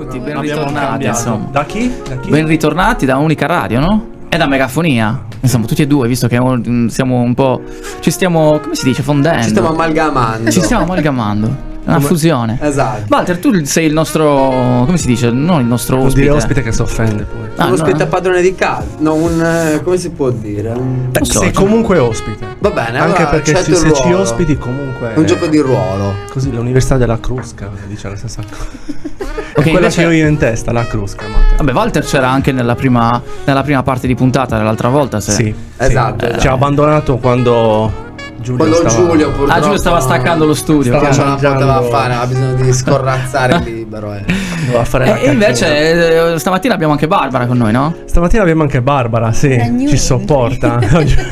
Infatti, ben ritornati, insomma. Da chi? Ben ritornati da Unica Radio, no? E da Megafonia. Insomma, tutti e due, visto che siamo un po'. Ci stiamo, come si dice, fondendo. Ci stiamo amalgamando. Ci stiamo amalgamando. Una fusione. Esatto. Walter, tu sei il nostro. Come si dice? Non il nostro Non ospite. dire ospite che si offende poi. Un ospite padrone di casa. No, come si può dire? Sei comunque ospite. Va bene, anche allora, perché accetto il se ci ruolo. ospiti comunque. È un gioco di ruolo. Così l'Università della Crusca dice la stessa cosa. Ok, Quella invece- che io in testa, la Crusca. Vabbè, Walter c'era anche nella prima parte di puntata dell'altra volta. Se... Sì, Esatto. ci ha abbandonato quando Giulio Giulio purtroppo Giulio stava staccando lo studio. Stava non ce la mangiando- poteva fare, aveva bisogno di scorrazzare libero. doveva fare la E cacchina. invece stamattina abbiamo anche Barbara con noi, no? Stamattina abbiamo anche Barbara, sì, new ci sopporta.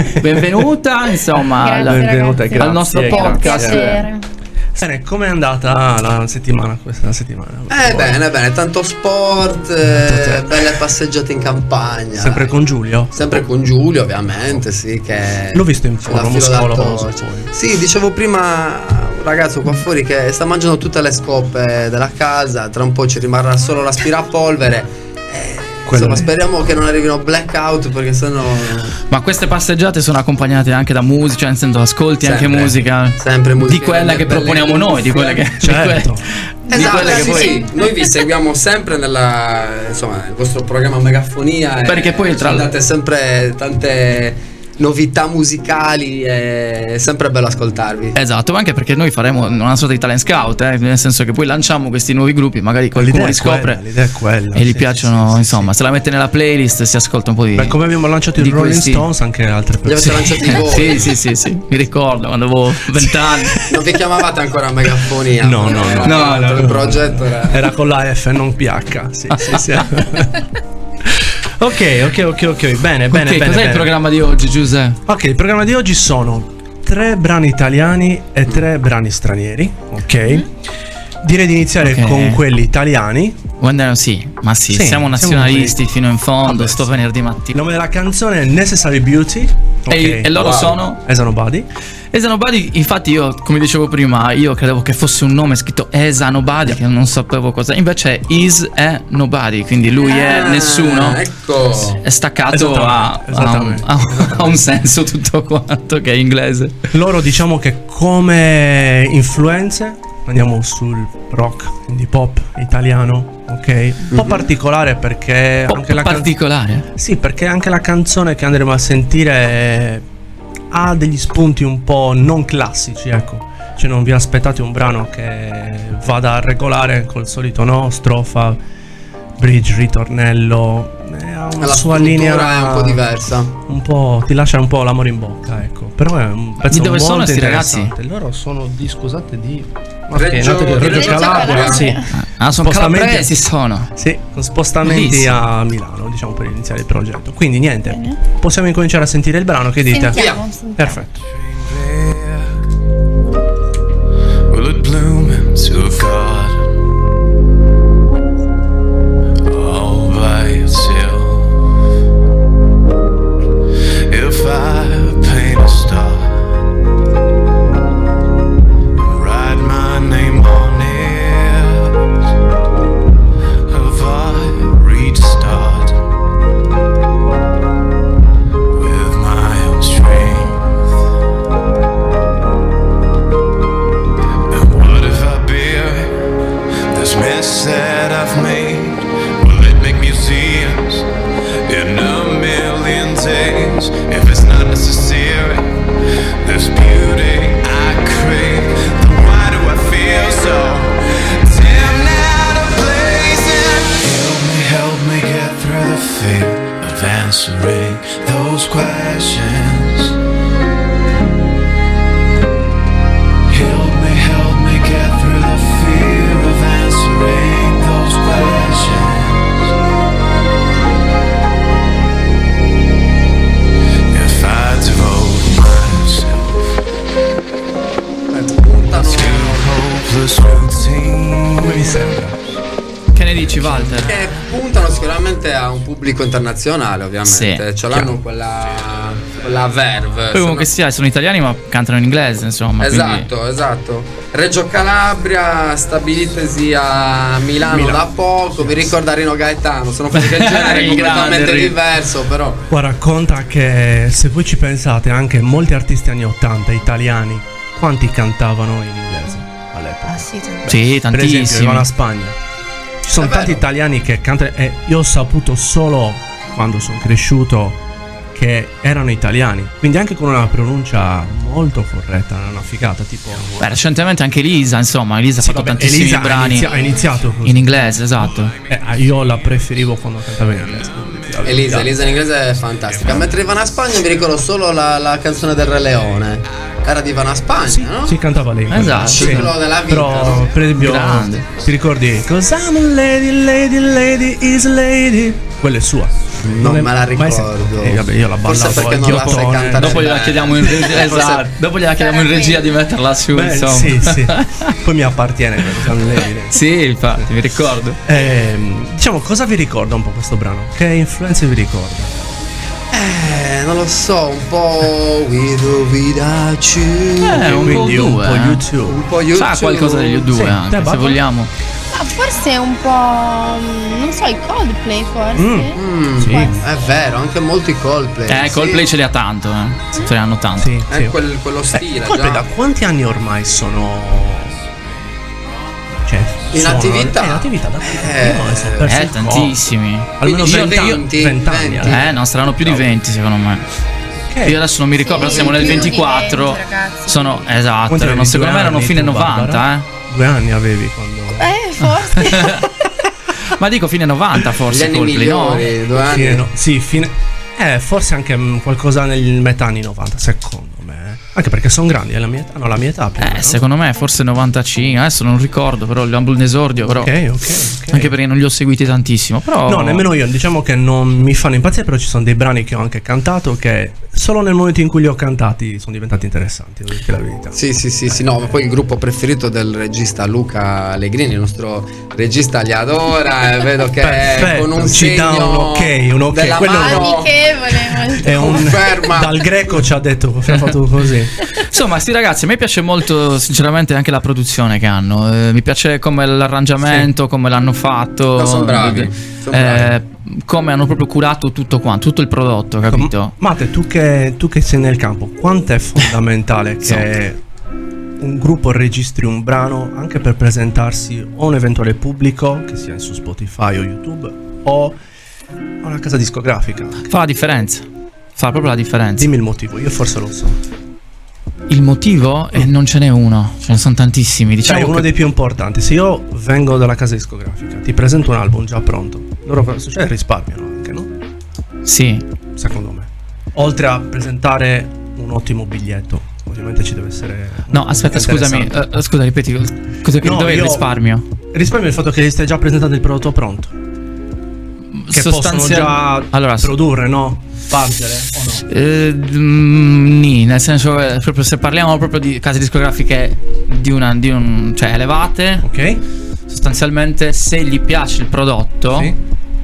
Benvenuta, insomma, Grazie, Benvenuta, ragazzi. al nostro grazie, podcast. Piacere. Bene, com'è andata la settimana, questa settimana? Bene, tanto sport, belle passeggiate in campagna. Sempre con Giulio? Sempre con Giulio, ovviamente, sì, che L'ho visto in la forma filo muscoloso d'artoce. poi. Sì, dicevo prima un ragazzo qua fuori che sta mangiando tutte le scope della casa, tra un po' ci rimarrà solo l'aspirapolvere. Insomma, lì. speriamo che non arrivino blackout perché sennò. Ma queste passeggiate sono accompagnate anche da musica, cioè nel senso ascolti Sempre, anche musica. sempre musica Di quella che belle proponiamo cuffie. noi, di quelle che. Certo. Di Esatto, quelle che sì, poi. sì. Noi vi seguiamo sempre nel vostro programma Megafonia. Perché poi ci date sempre tante novità musicali, è sempre bello ascoltarvi. Esatto, ma anche perché noi faremo una sorta di talent scout, nel senso che poi lanciamo questi nuovi gruppi, magari qualcuno li scopre L'idea è quella. e gli sì, piacciono, sì, insomma, se la mette nella playlist si ascolta un po' di. Beh, come abbiamo lanciato i di Rolling questi- Stones, anche altre Li avete persone. lanciati voi. Sì, mi ricordo quando avevo 20 anni. Non vi chiamavate ancora Megafonia? No. Il progetto era. Era con la F, non PH. Sì. Ok, bene. Cos'è il bene. programma di oggi, Giuseppe? Ok, il programma di oggi sono 3 brani italiani e 3 brani stranieri. Ok. Direi di iniziare Ok. con quelli italiani. Guarda, sì, Sì, siamo nazionalisti siamo fino in fondo, Vabbè, sto sì. venerdì Il mattina. nome della canzone è Necessary Beauty. Ok. E loro sono? Esa Nobody. Esa Nobody, infatti io, come dicevo prima, io credevo che fosse un nome scritto Esa Nobody, che non sapevo cosa. Invece è Is è Nobody, quindi lui è nessuno. Ecco. È staccato Esattamente. a un senso tutto quanto che è inglese. Loro diciamo che come influenze andiamo sul rock, indie pop italiano, ok? Un po' particolare perché anche la particolare. Sì, perché anche la canzone che andremo a sentire ha degli spunti un po' non classici, ecco. Cioè non vi aspettate un brano che vada a regolare col solito no, strofa, bridge, ritornello. Ha una La sua struttura linea è un po' diversa. un po' ti lascia un po' l'amore in bocca, ecco. Però è un pezzo Di dove sono molto sti ragazzi? interessante. Loro sono di, scusate, di Reggio Calabria, sì. Ah, sono Spostamenti- calabresi sono. Sì, con spostamenti Bellissimo. a Milano, diciamo, per iniziare il progetto. Quindi niente, Bene. possiamo incominciare a sentire il brano, che dite? Sentiamo. Perfetto. Will it bloom into a garden all by itself? If I paint a star and write my name on it, have I reached start with my own strength? And what if I bury this mess that I've made? Will it make museums in a million days? If it's not necessary, this beauty I crave, then why do I feel so damn out of place? And help me get through the fear of answering those questions. Help me get through the fear of answering those questions. If I devote myself to hopeless routine, Come vi sembra? Che ne dici, Walter? Che puntano sicuramente a un pubblico internazionale, ovviamente. Sì, Ce l'hanno quella la verve. Poi comunque sia, sono italiani ma cantano in inglese, insomma. Esatto. Reggio Calabria, stabilitesi a Milano da poco. Vi ricorda Rino Gaetano? Sono quelli che genere Il completamente grande Rino. diverso, però. Guarda, conta che se voi ci pensate, anche molti artisti anni 80 italiani, quanti cantavano in inglese all'epoca? Ah sì, tanto. Sì, Per esempio, tantissimi. Ivana Spagna. Ci sono È tanti vero. italiani che cantano e io ho saputo solo quando sono cresciuto che erano italiani, quindi anche con una pronuncia molto corretta, una figata, tipo Beh, recentemente anche Elisa, insomma, Elisa ha fatto vabbè, tantissimi Elisa brani ha iniziato così. in inglese, esatto. Io la preferivo quando cantava in inglese. Elisa in inglese è fantastica. Mentre Ivana Spagna mi ricordo solo la canzone del Re Leone. Era di Ivana Spagna, no? Si cantava lei. Esatto. Sì. Ciclo della vita, Però, no? per esempio, Grande. ti ricordi? 'Cause I'm a lady is a lady. Quella è sua. Non me la mai ricordo. Vabbè, io la Forse ballavo perché al non la sai ghiattone. cantare. Dopo gliela chiediamo in regia, Forse- esatto. Dopo gliela chiediamo in regia di metterla su, Beh, insomma. sì. Poi mi appartiene perché I'm a lady. Sì, infatti, mi ricordo. Diciamo, cosa vi ricorda un po' questo brano? Che influenze vi ricorda? Non lo so, un po' With or Without You. Un po' Quindi un due, po' eh. YouTube. Un po' YouTube. Sa qualcosa degli U2 Sì, anche, te, se Barbara? vogliamo. Ah, forse un po'. Non so, i Coldplay forse. Sì. È vero, anche molti Coldplay. Coldplay ce li ha tanto, Ce li hanno tanto. Sì, È sì. quello stile. Coldplay già. da quanti anni ormai sono? Cioè, In attività? In attività da quanti anni? Tantissimi. Almeno Quindi 20 anni. 20. No, saranno più di 20 secondo me. Ok. Io adesso non mi ricordo, però Sì, siamo nel più di 24. 20, ragazzi. Sono esatto, Quanti avevi? secondo me 2 erano anni fine tu, 90, Barbara? 2 anni avevi quando. Forse. Ma dico fine 90 Gli forse anni Coldplay, no? migliori, 2 anni. Fine, no, sì, fine. Forse anche qualcosa nel metà anni 90, secondo me. Anche perché sono grandi, è la mia età, no, la mia età più o meno. Secondo me forse 95, adesso non ricordo, però l'album d'esordio, però Ok. anche perché non li ho seguiti tantissimo, però No, nemmeno io, diciamo che non mi fanno impazzire, però ci sono dei brani che ho anche cantato che solo nel momento in cui li ho cantati sono diventati interessanti, devo dirti la verità. Sì, no, ma poi il gruppo preferito del regista Luca Allegrini, il nostro regista, li adora e vedo che Perfetto, con un ci dà segno un ok, della quello mano Amichevole. molto. È Conferma. dal greco ci ha detto che ha fatto così. Insomma, sti ragazzi, a me piace molto, sinceramente, anche la produzione che hanno. Mi piace come l'arrangiamento, come l'hanno fatto. No, son bravi, son bravi. Come hanno proprio curato tutto quanto, tutto il prodotto, capito? Mate, tu che sei nel campo, quanto è fondamentale che un gruppo registri un brano anche per presentarsi a un eventuale pubblico, che sia su Spotify o YouTube, o a una casa discografica? Fa la differenza. Fa proprio la differenza. Dimmi il motivo, io forse lo so. Il motivo? Non ce n'è uno, ce ne sono tantissimi. Diciamo Cioè, uno che- dei più importanti. Se io vengo dalla casa discografica, ti presento un album già pronto, loro risparmiano anche, no? Sì. Secondo me. Oltre a presentare un ottimo biglietto, ovviamente ci deve essere. No, aspetta, scusami. interessante. Scusa, ripeti. No, Dov'è il io- risparmio? Risparmio il fatto che gli stai già presentando il prodotto pronto. Che possono già Allora, produrre, no? Spargere o no? nì, nel senso, proprio se parliamo proprio di case discografiche cioè elevate, Ok? sostanzialmente se gli piace il prodotto, Sì.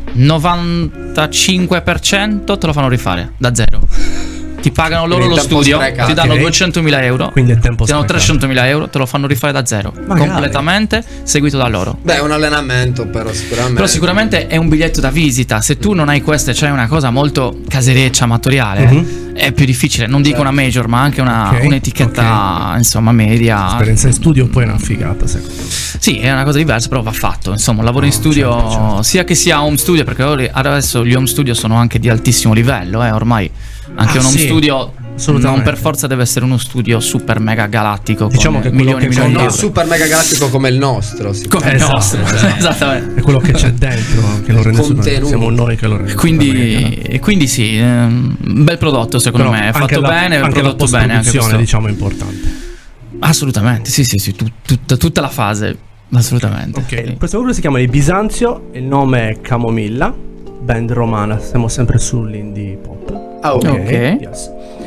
95% te lo fanno rifare da zero. Ti pagano loro Quindi lo tempo studio, sprecato. ti danno Ok. 200.000 euro, Quindi è tempo ti danno sprecato. 300.000 euro, te lo fanno rifare da zero, Magari. completamente seguito da loro. Beh, è un allenamento, però sicuramente. Però sicuramente è un biglietto da visita. Se tu non hai questo e c'hai una cosa molto casereccia, amatoriale, Mhm. è più difficile. Non dico una major, ma anche Ok, un'etichetta, insomma, media. Esperienza in studio poi è una figata, secondo me. Sì, è una cosa diversa, però va fatto. Insomma, un lavoro in studio, certo. sia che sia home studio, perché adesso gli home studio sono anche di altissimo livello, ormai. Anche un home sì, studio assolutamente. non per forza deve essere uno studio super mega galattico, Diciamo con che quello milioni e che milioni di non euro. super mega galattico come il nostro. Come il Esatto, nostro, esatto. esattamente. È quello che c'è dentro che lo rende Contenuto. super. Siamo noi che lo rendiamo. Quindi sì, un bel prodotto secondo me, è fatto bene, è anche la prodotto bene anche post-produzione, questo. diciamo, è importante. Assolutamente, sì, tutta la fase, assolutamente. Ok, questo gruppo si chiama i Bisanzio, il nome è Camomilla, band romana, siamo sempre sull'indie pop. Ah, ok. Ok. Yes.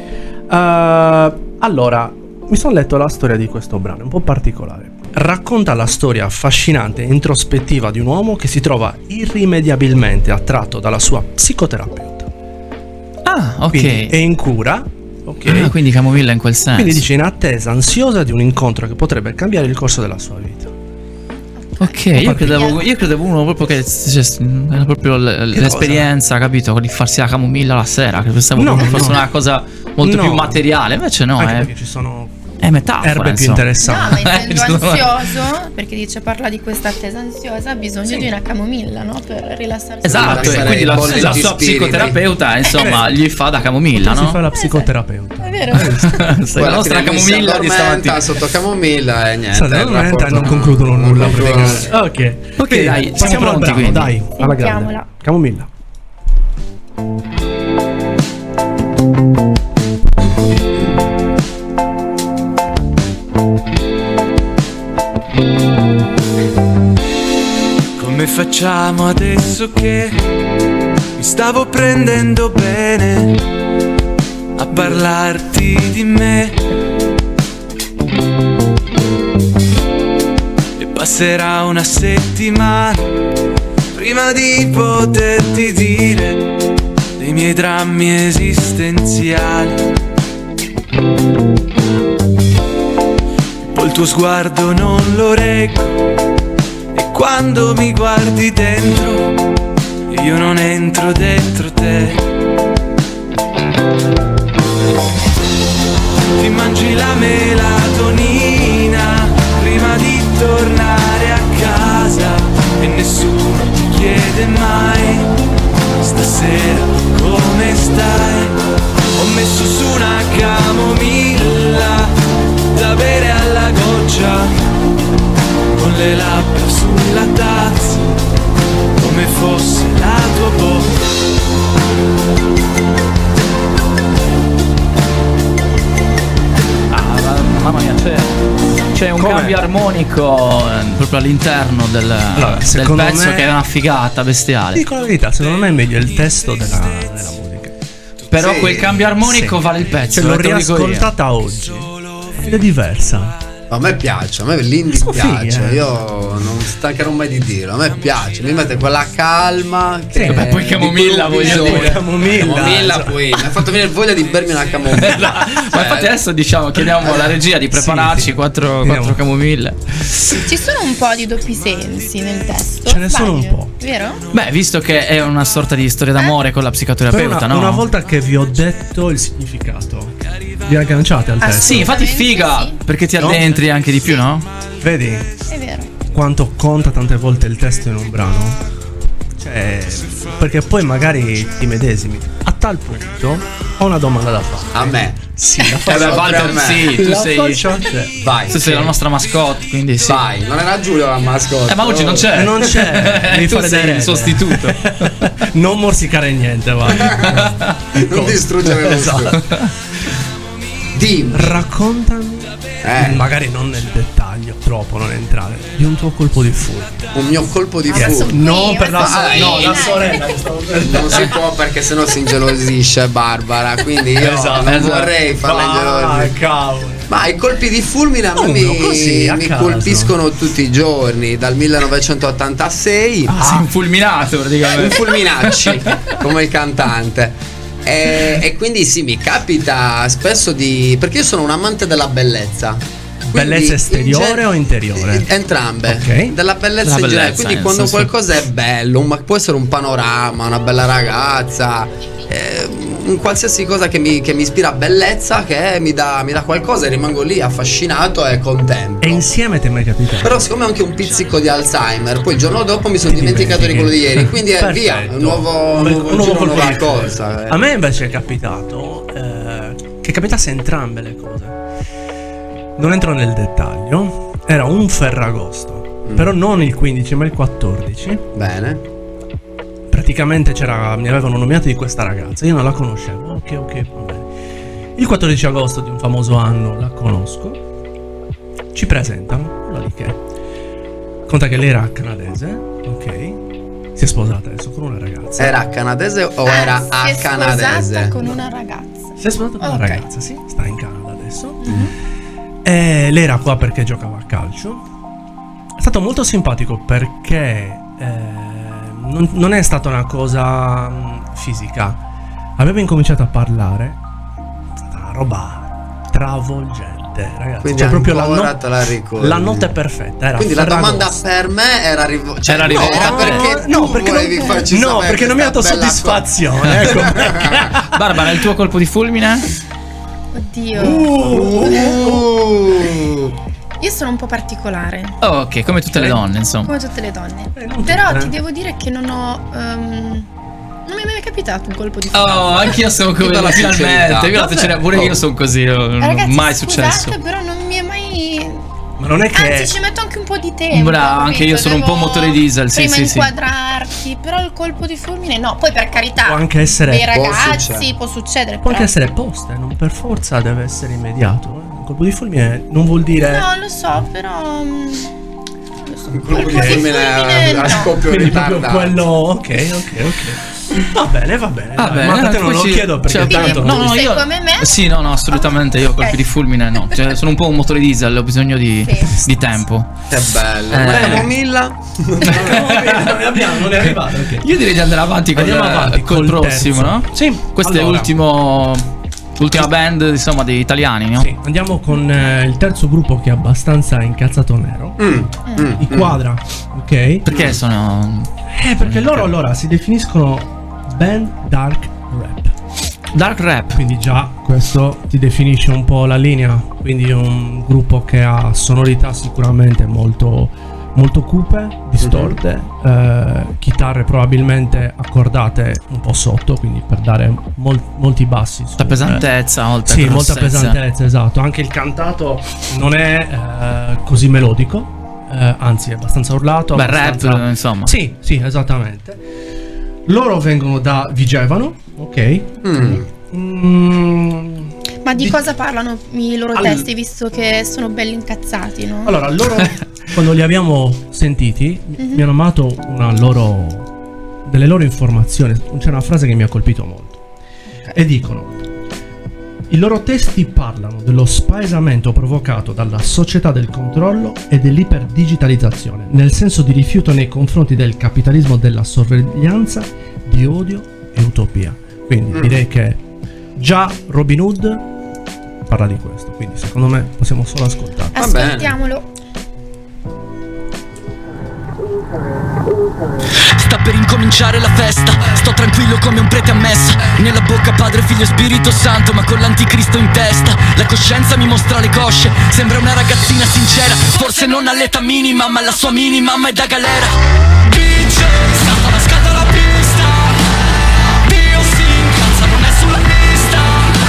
Allora, mi sono letto la storia di questo brano, un po' particolare. Racconta la storia affascinante e introspettiva di un uomo che si trova irrimediabilmente attratto dalla sua psicoterapeuta. Ah, ok. Quindi è in cura, ok? Ah, quindi camomilla in quel senso. Quindi dice in attesa ansiosa di un incontro che potrebbe cambiare il corso della sua vita. Ok, io credevo uno proprio che era proprio l'esperienza, capito? Con di farsi la camomilla la sera. Che pensavo che fosse una cosa molto più materiale. Invece no, anche perché ci sono metafora, erbe più insomma. interessanti. No, ma essendo ansioso, perché dice parla di questa attesa ansiosa, ha bisogno di una camomilla, no? Per rilassarsi. Esatto, e quindi la sua psicoterapeuta, insomma, gli fa da camomilla, no? Si fa la psicoterapeuta. È vero. Sei la nostra camomilla di stamattina. Sotto camomilla e niente. Non concludono nulla praticamente. Ok, dai, passiamo al pronti, brano, quindi. dai, alla grande. Sentiamola. Camomilla. Come facciamo adesso che mi stavo prendendo bene a parlarti di me? E passerà una settimana prima di poterti dire dei miei drammi esistenziali. Poi il tuo sguardo non lo reggo, e quando mi guardi dentro io non entro dentro te. Ti mangi la melatonina prima di tornare a casa e nessuno ti chiede mai stasera come stai. Ho messo su una camomilla da bere alla goccia, con le labbra sulla tazza, come fosse la tua bocca. Mamma mia, c'è un cambio armonico proprio all'interno del pezzo che è una figata bestiale. Dico la verità, secondo me è meglio il testo della musica. Però quel cambio armonico vale il pezzo. L'ho riascoltata oggi ed è diversa. A me piace, a me l'indie piace, io non stancherò mai di dirlo, a me piace, mi mette quella calma che poi camomilla, voglio dire. Camomilla poi mi ha fatto venire voglia di bermi una camomilla. Ma infatti adesso chiediamo alla regia di prepararci quattro camomille. Ci sono un po' di doppi sensi nel testo. Ce ne sono un po'. Vero? Beh, visto che è una sorta di storia d'amore con la psicoterapeuta, no? Una volta che vi ho detto il significato, vi agganciate al testo. Sì, infatti figa, perché ti addentri anche di più, no? Vedi È vero. quanto conta tante volte il testo in un brano? Cioè, perché poi magari ti medesimi. A tal punto ho una domanda da fare. A me. Sì, la Beh, a Walter, me. sì, tu faccio a te. Vai. sei la nostra mascotte, quindi sì. Vai, non era Giulio la mascotte. Ma oggi non c'è. Non c'è. Devi Tu fare sei dei il sostituto. Non morsicare niente, va. Non distruggere lo studio. Dimmi. Raccontami, magari non nel dettaglio, troppo, non entrare, di un tuo colpo di fulmine. Un mio colpo di Adesso fumo. qui, No, per la Dai. la sorella che stavo per Non si può perché sennò si ingelosisce Barbara. Quindi io non vorrei farla ingelosire. cavolo. Ma i colpi di fulmine a me così, a mi caso. colpiscono tutti i giorni. Dal 1986 Sei infulminato praticamente. un fulminacci come il cantante. E quindi sì, mi capita spesso di. Perché io sono un amante della bellezza. Quindi, Bellezza esteriore o interiore? Entrambe. Ok. Della bellezza Della in generale. bellezza, Quindi nel quando senso- qualcosa è bello, ma può essere un panorama, una bella ragazza, un qualsiasi cosa che mi ispira bellezza, che mi dà qualcosa e rimango lì affascinato e contento. E insieme ti è mai capitato? Però siccome ho anche un pizzico di Alzheimer, poi il giorno dopo mi sono Ti dimenticato di quello di ieri, quindi è via, Perfetto. un nuovo Un nuovo giro, colpo nuova di cosa. A me invece è capitato che capitasse entrambe le cose. Non entro nel dettaglio. Era un Ferragosto, però non il 15 ma il 14. Bene. Praticamente mi avevano nominato di questa ragazza. Io non la conoscevo. Ok, va bene. Il 14 agosto di un famoso anno la conosco. Ci presentano, nulla di che. Conta che lei era canadese, ok. Si è sposata adesso con una ragazza. Era canadese o era Si a è canadese? sposata con una ragazza. Si è sposata con una Ok. ragazza, sì. Sta in Canada adesso. E lei era qua perché giocava a calcio. È stato molto simpatico perché non è stata una cosa fisica, abbiamo incominciato a parlare, è stata una roba travolgente, ragazzi. Quindi cioè proprio te la ricordi. la notte perfetta. Era quindi la domanda Ferragosto. per me era Era rivolta perché no, tu perché volevi farci no, sapere perché non mi ha dato questa bella soddisfazione. Ecco. Barbara, il tuo colpo di fulmine? Oddio. Io sono un po' particolare. Oh, ok, come tutte le donne, insomma. Come tutte le donne. non Però tutte. ti devo dire che non ho. Non mi è mai capitato un colpo di Oh, anch'io sono come Tutta la sincerità. finalmente. Pure io sono così. Non Ragazzi, mai scusate, successo. però non mi è mai. Ma non è che Anzi, ci metto anche un po' di tempo. Brava, anche io capito? sono un po' Devo motore diesel, sì, prima sì, sì. inquadrarti, però il colpo di fulmine no. Poi per carità, può anche essere dei Può ragazzi succedere. può succedere. può anche però- essere posta, non per forza deve essere immediato. Un colpo di fulmine non vuol dire No, lo so, però. Non lo so. Un colpo di Colpo di fulmine a no. scoppio quindi proprio ritardato. quello. Ok. Va bene. dai, ma a te non lo poi chiedo perché cioè, tanto no, no, sei io come me? Sì, no, assolutamente. Io Ok. colpi di fulmine no. Cioè, sono un po' un motore diesel, ho bisogno di tempo. Che bello. Eh. Camomilla? non è arrivato. Ok. Io direi di andare avanti con Andiamo avanti col col prossimo, terzo. no? Sì, Questo allora. è l'ultima band, insomma, degli italiani, no? Sì, andiamo con il terzo gruppo che è abbastanza incazzato nero. I Quadra, ok? Perché sono Perché loro allora si definiscono band dark rap. dark rap? Quindi già questo ti definisce un po' la linea. Quindi è un gruppo che ha sonorità sicuramente molto, molto cupe, distorte, chitarre probabilmente accordate un po' sotto, quindi per dare molti bassi. Molta pesantezza, oltre Sì, che molta grossezza. pesantezza, esatto. Anche il cantato non è così melodico, anzi è abbastanza urlato. Beh, abbastanza... rap, insomma. Sì, esattamente. Loro vengono da Vigevano, ok? Ma di cosa parlano i loro All- testi, visto che sono belli incazzati, no? Allora, loro quando li abbiamo sentiti mi hanno dato delle loro informazioni. C'è una frase che mi ha colpito molto. E dicono: i loro testi parlano dello spaesamento provocato dalla società del controllo e dell'iperdigitalizzazione, nel senso di rifiuto nei confronti del capitalismo della sorveglianza, di odio e utopia. Quindi direi che già Robin Hood parla di questo, quindi secondo me possiamo solo ascoltare. Ascoltiamolo. Sta per incominciare la festa, sto tranquillo come un prete a messa. Nella bocca Padre, Figlio e Spirito Santo, ma con l'anticristo in testa. La coscienza mi mostra le cosce, sembra una ragazzina sincera. Forse non all'età minima, ma la sua minimamma è da galera. DJ, Satana scatta la pista. Dio si incazza, non è sulla lista.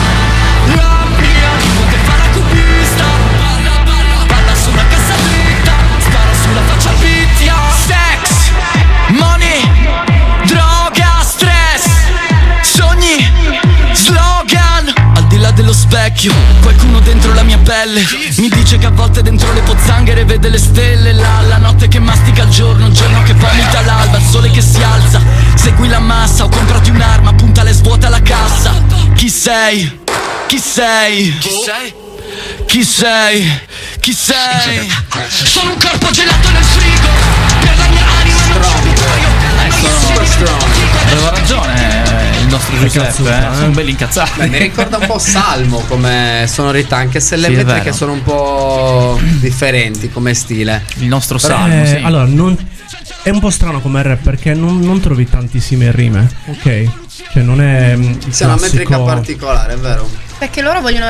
La mia nipote fa la cubista. Balla su una cassa dritta, spara sulla faccia vittia. Sex, money, droga, stress, sogni, slogan. Al di là dello specchio, qualcuno dentro la mia pelle mi dice che a volte dentro le pozzanghere vede le stelle. La notte che mastica il giorno che vomita l'alba, il sole che si alza. Segui la massa o comprati un'arma, puntala e svuota la cassa. Chi sei? Chi sei? Chi sei? Chi sei? Chi sei? Sono un corpo gelato nel frigo, per la mia anima non c'è Super strong. Aveva ragione il nostro Giuseppe, sono belli incazzati. Beh, mi ricorda un po' Salmo come sonorità, anche se le Sì, è metriche vero. sono un po' differenti come stile. Il nostro salmo, sì. Allora, è un po' strano come rap perché non trovi tantissime rime, ok? Cioè non è il C'è una metrica classico- particolare, è vero? Perché loro vogliono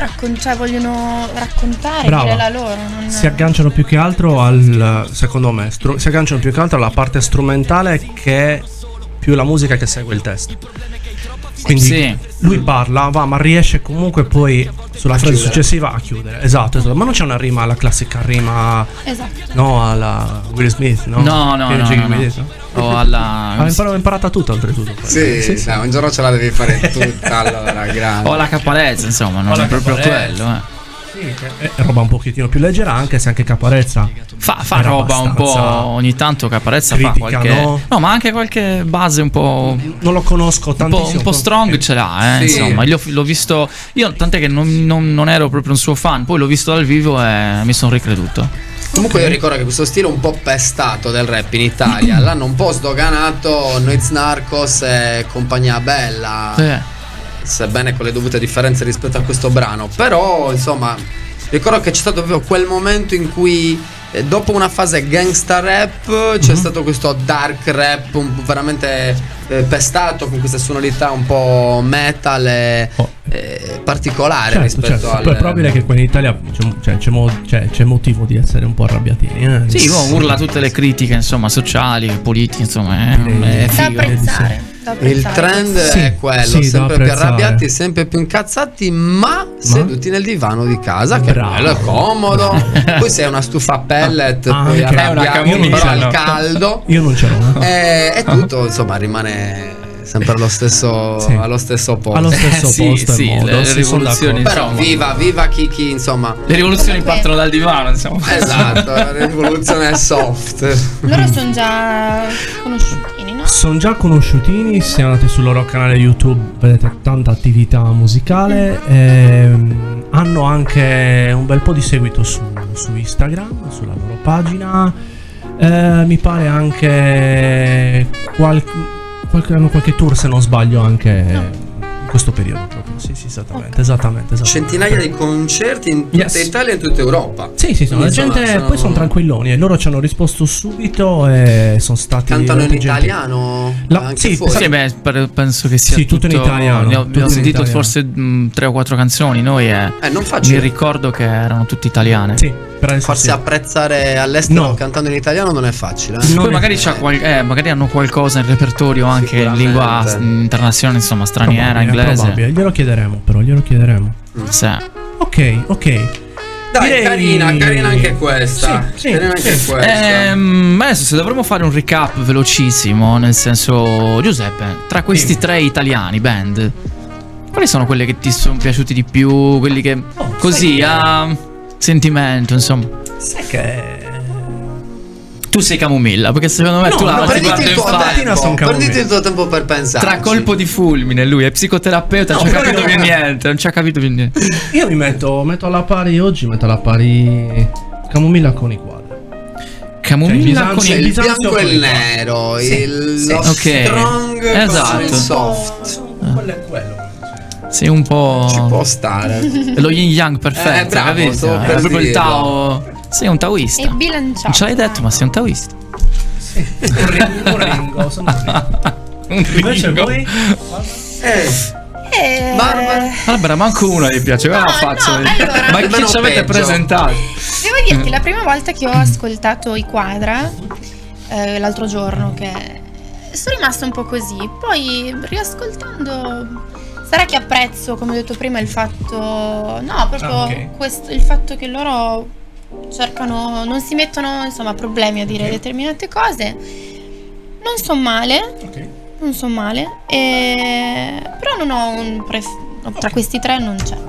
raccontare, Brava. dire la loro. Non... Si agganciano più che altro secondo me, si agganciano più che altro alla parte strumentale che è più la musica che segue il testo. Quindi Sì. lui parla, ma riesce comunque poi sulla frase chiudere. successiva a chiudere. Esatto. Ma non c'è una rima, la classica rima, Esatto. no, alla Will Smith, no? No. Jiggy With It, no? O alla Ho imparata tutto oltretutto. Sì, dai, un giorno ce la devi fare tutta, allora, grande. o alla Caparezza, insomma, non O la è proprio Caparezza. quello. Sì, è roba un pochettino più leggera, anche se anche Caparezza Fa era roba un po' abbastanza ogni tanto. Caparezza fa critica, qualche. no? Ma anche qualche base un po'. non lo conosco tantissimo. Un po' strong ce l'ha, Sì. insomma. L'ho visto. Io tant'è che non ero proprio un suo fan. Poi l'ho visto dal vivo e mi sono ricreduto. Comunque io ricordo che questo stile un po' pestato del rap in Italia l'hanno un po' sdoganato Noiz Narcos e compagnia bella. sebbene con le dovute differenze rispetto a questo brano. Però insomma ricordo che c'è stato proprio quel momento in cui dopo una fase gangsta rap c'è stato questo dark rap veramente pestato, con queste sonorità un po' metal e particolare rispetto al... Poi è probabile che qua in Italia c'è motivo di essere un po' arrabbiatini. Sì, urla tutte le critiche, insomma, sociali, politiche, insomma, è Da figo. apprezzare. Il trend è quello, sempre più arrabbiati, sempre più incazzati, ma seduti nel divano di casa, che Bravo. è bello, è comodo. Poi sei una stufa a pellet, poi anche. arrabbiati, Io non però ce al l'ho. caldo. Io non ce l'ho. E tutto insomma rimane sempre allo stesso, Sì. allo stesso posto. Allo stesso Sì, posto sì, e modo. le Sì, sono rivoluzioni, d'accordo. Però viva chi insomma. Le rivoluzioni partono dal divano, insomma. Esatto, la rivoluzione è soft. Loro sono già conosciutini, no? Sono già conosciutini, se andate sul loro canale YouTube vedete tanta attività musicale, hanno anche un bel po' di seguito su Instagram, sulla loro pagina, mi pare anche hanno qualche tour, se non sbaglio, anche in questo periodo proprio. Sì, esattamente. Centinaia di concerti in tutta Yes. Italia e in tutta Europa. Sì, la Quindi, gente insomma, poi sono tranquilloni e loro ci hanno risposto subito e sono stati Cantano in veramente gentili. italiano Sì, anche fuori. esatto. Sì, beh, penso che sia Sì, tutto in italiano, Ne tutto abbiamo in sentito italiano. forse 3 o 4 canzoni noi e Non mi facile ricordo che erano tutte italiane. Sì, per adesso farsi sì. apprezzare all'estero No. cantando in italiano non è facile. No. Poi Non magari, magari hanno qualcosa in repertorio anche in lingua internazionale, insomma, straniera, inglese. Probabile. Glielo chiederemo. Sì. Ok. Dai, Direi- carina anche questa. Sì, Carina anche sì. questa. Adesso se dovremmo fare un recap velocissimo, nel senso, Giuseppe, tra questi 3 italiani band, quali sono quelle che ti sono piaciuti di più? Quelli che così a sentimento, insomma. Sai che Tu sei Camomilla, perché secondo me tu la ti Prenditi guardi il in tuo faccia. sono tempo. Prenditi camomilla. il tuo tempo per pensare. Tra colpo di fulmine, lui è psicoterapeuta, non ci ha capito più niente, non ci ha capito più niente. io mi metto alla pari oggi, Camomilla con i quadri. Camomilla Cioè, con C'è il il Bisanzio bianco con e il i quadri. nero, Sì, lo ok. strong Esatto. con il soft. Quello è quello. sei un po' Ci può stare. è lo yin yang perfetto, bravo, capito? stavo È per proprio il dirlo. Tao. Sei un taoista. È bilanciato. Non ce l'hai detto, ma sei un taoista. Un ringo, sono un ringo. Invece voi? Barbara, manco una gli piace, guarda la faccia. allora, Ma chi almeno ci avete peggio. presentato? Devo dirti, la prima volta che ho ascoltato i Quadra, l'altro giorno, che sono rimasta un po' così. Poi riascoltando, sarà che apprezzo, come ho detto prima, il fatto, no, proprio ok. il fatto che loro cercano, non si mettono insomma problemi a dire determinate cose. Non sono male, non sono male, però non ho un tra questi 3 non c'è.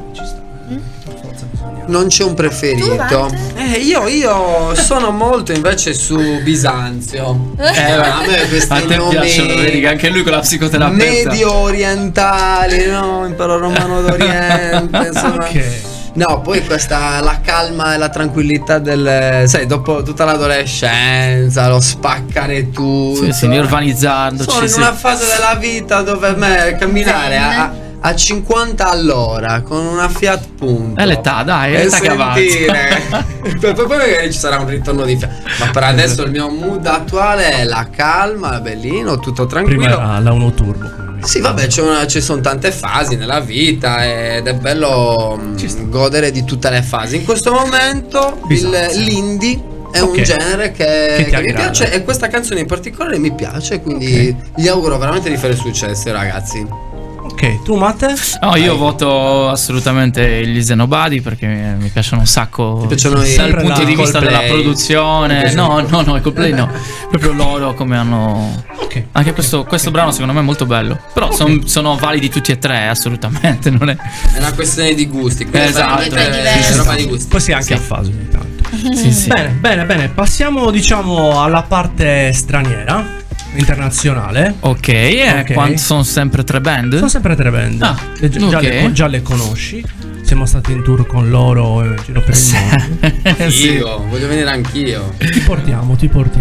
Non c'è un Tu, preferito. Walter? Io sono molto invece su Bisanzio. A me questi A te nomi piacciono, vedi che anche lui con la psicoterapeuta. medio orientali, no? Impero romano d'Oriente, insomma. Ok. No, poi questa la calma e la tranquillità del, sai, dopo tutta l'adolescenza, lo spaccare tutto. Sì, nirvanizzandoci. Sono in sì. una fase della vita dove camminare a 50 all'ora con una Fiat Punto È l'età, dai, è e l'età che avanza. sentire poi magari ci sarà un ritorno di Fiat, ma per adesso il mio mood attuale è la calma, bellino, tutto tranquillo. Prima era la Uno Turbo. Sì, vabbè, ci sono tante fasi nella vita ed è bello godere di tutte le fasi. In questo momento l'indie è un genere che mi aggrada. piace, e questa canzone in particolare mi piace, quindi gli auguro veramente di fare successo, ragazzi. Ok, tu Matte? No, io voto assolutamente gli Zenobadi perché mi piacciono un sacco. piacciono dal sempre punto di vista Coldplay? della produzione. No, i Coldplay no. Proprio loro come hanno. Ok. Anche questo brano secondo me è molto bello. Però sono validi tutti e 3, assolutamente. Non è. È una questione di gusti. Esatto. È roba di gusti. Poi si è anche a fase ogni tanto. Sì. Bene. Passiamo diciamo alla parte straniera, internazionale. Ok, Ok. quanto sono sempre 3 band? Sono sempre 3 band. Ah, Già ok. già le conosci. siamo stati in tour con loro in giro per il mondo. Sì. Io voglio venire anch'io. Ti portiamo.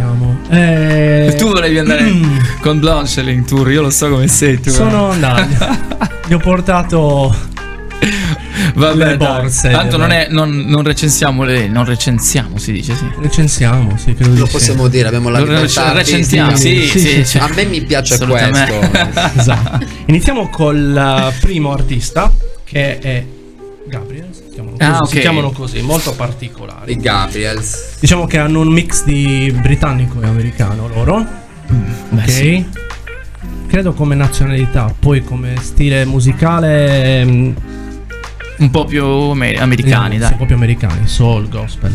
Tu volevi andare con Blanche in tour, io lo so come sei tu. Sono andato. Gli ho portato Vabbè, le borse. tanto non recensiamo si dice, sì. Recensiamo, sì, credo Lo di sì. possiamo dire, abbiamo la libertà Recensiamo, artistica. sì. Cioè, A me mi piace assolutamente. questo. Esatto. Iniziamo col primo artista, che è Gabriel. Si chiamano così, molto particolari. I Gabriels. Diciamo che hanno un mix di britannico e americano loro. Beh, Ok. sì. Credo come nazionalità, poi come stile musicale Un po' più americani, sì, dai. un po' più americani, soul, gospel,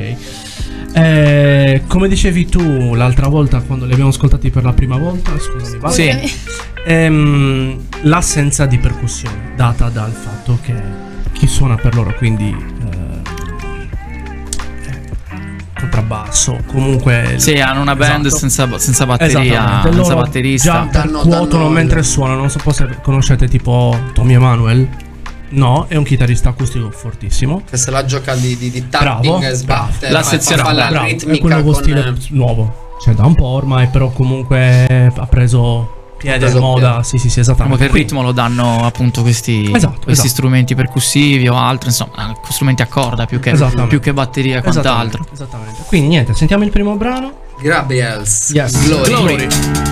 ok. Come dicevi tu l'altra volta quando li abbiamo ascoltati per la prima volta, scusami, Val, Sì. l'assenza di percussione data dal fatto che chi suona per loro, quindi contrabbasso, comunque Sì, hanno una band esatto. senza batteria, Esattamente. senza Loro batterista. già Danno percuotono mentre suonano. Non so se conoscete tipo Tommy Emanuel. No, è un chitarrista acustico fortissimo. Che se la gioca di Bravo, tapping e sbatte. La sezione fa la Bravo, è ritmica quello con con stile nuovo. Cioè da un po' ormai, però comunque ha preso piede, preso moda. Sì, Diciamo esattamente. che il ritmo lo danno appunto questi Esatto. strumenti percussivi o altro, insomma, strumenti a corda più che batteria e quant'altro. Esattamente. Quindi niente, sentiamo il primo brano. Gabriels. Yes. Glory.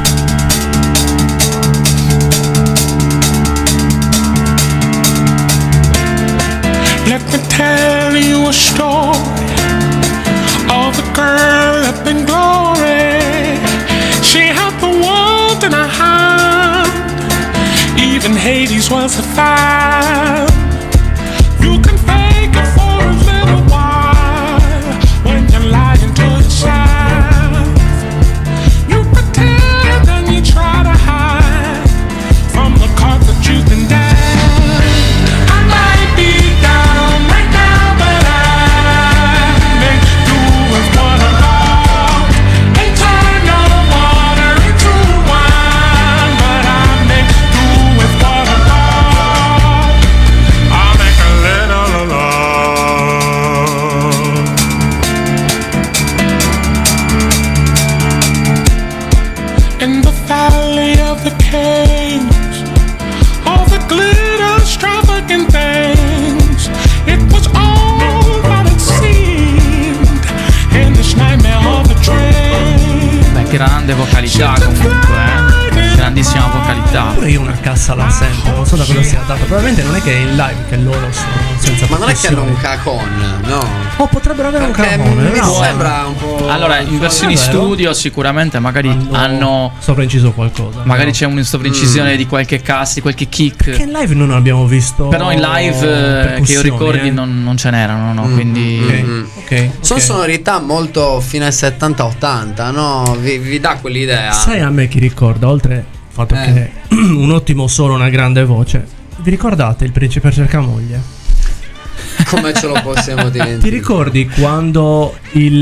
Let me tell you a story of a girl up in glory. She held the world in her hand, even Hades was a fan. You can fake it for a little while when you're lying to yourself. You pretend and you try to hide from the cards that you've been dealt. I might be down right now, but I make do with what I got. Ain't turn no water into wine, but I make do with what I got. I make a little love in the valley of the kings. All the glitter, extravagant things. It was all that it seemed in this nightmare of a dream. Beh, grande vocalità comunque, grandissima vocalità. Pure io una cassa la sento, non so da cosa sia data. Probabilmente non è che è in live che loro sono senza Ma non è che hanno un percussioni. cacon, no? Oh, potrebbero avere un Perché carbone, mi bravo. sembra un po'. Allora, in versioni vero? studio sicuramente magari hanno sovrainciso qualcosa. magari no? c'è una sovraincisione di qualche cast, di qualche kick. Che in live non abbiamo visto. Però in live che io ricordi non ce n'erano, no? Quindi Ok. Sono sonorità molto fine 70-80, no? Vi dà quell'idea. Sai a me chi ricorda, oltre al fatto che un ottimo solo, una grande voce. Vi ricordate il principe cercamoglie? Come ce lo possiamo dimenticare? Ti ricordi quando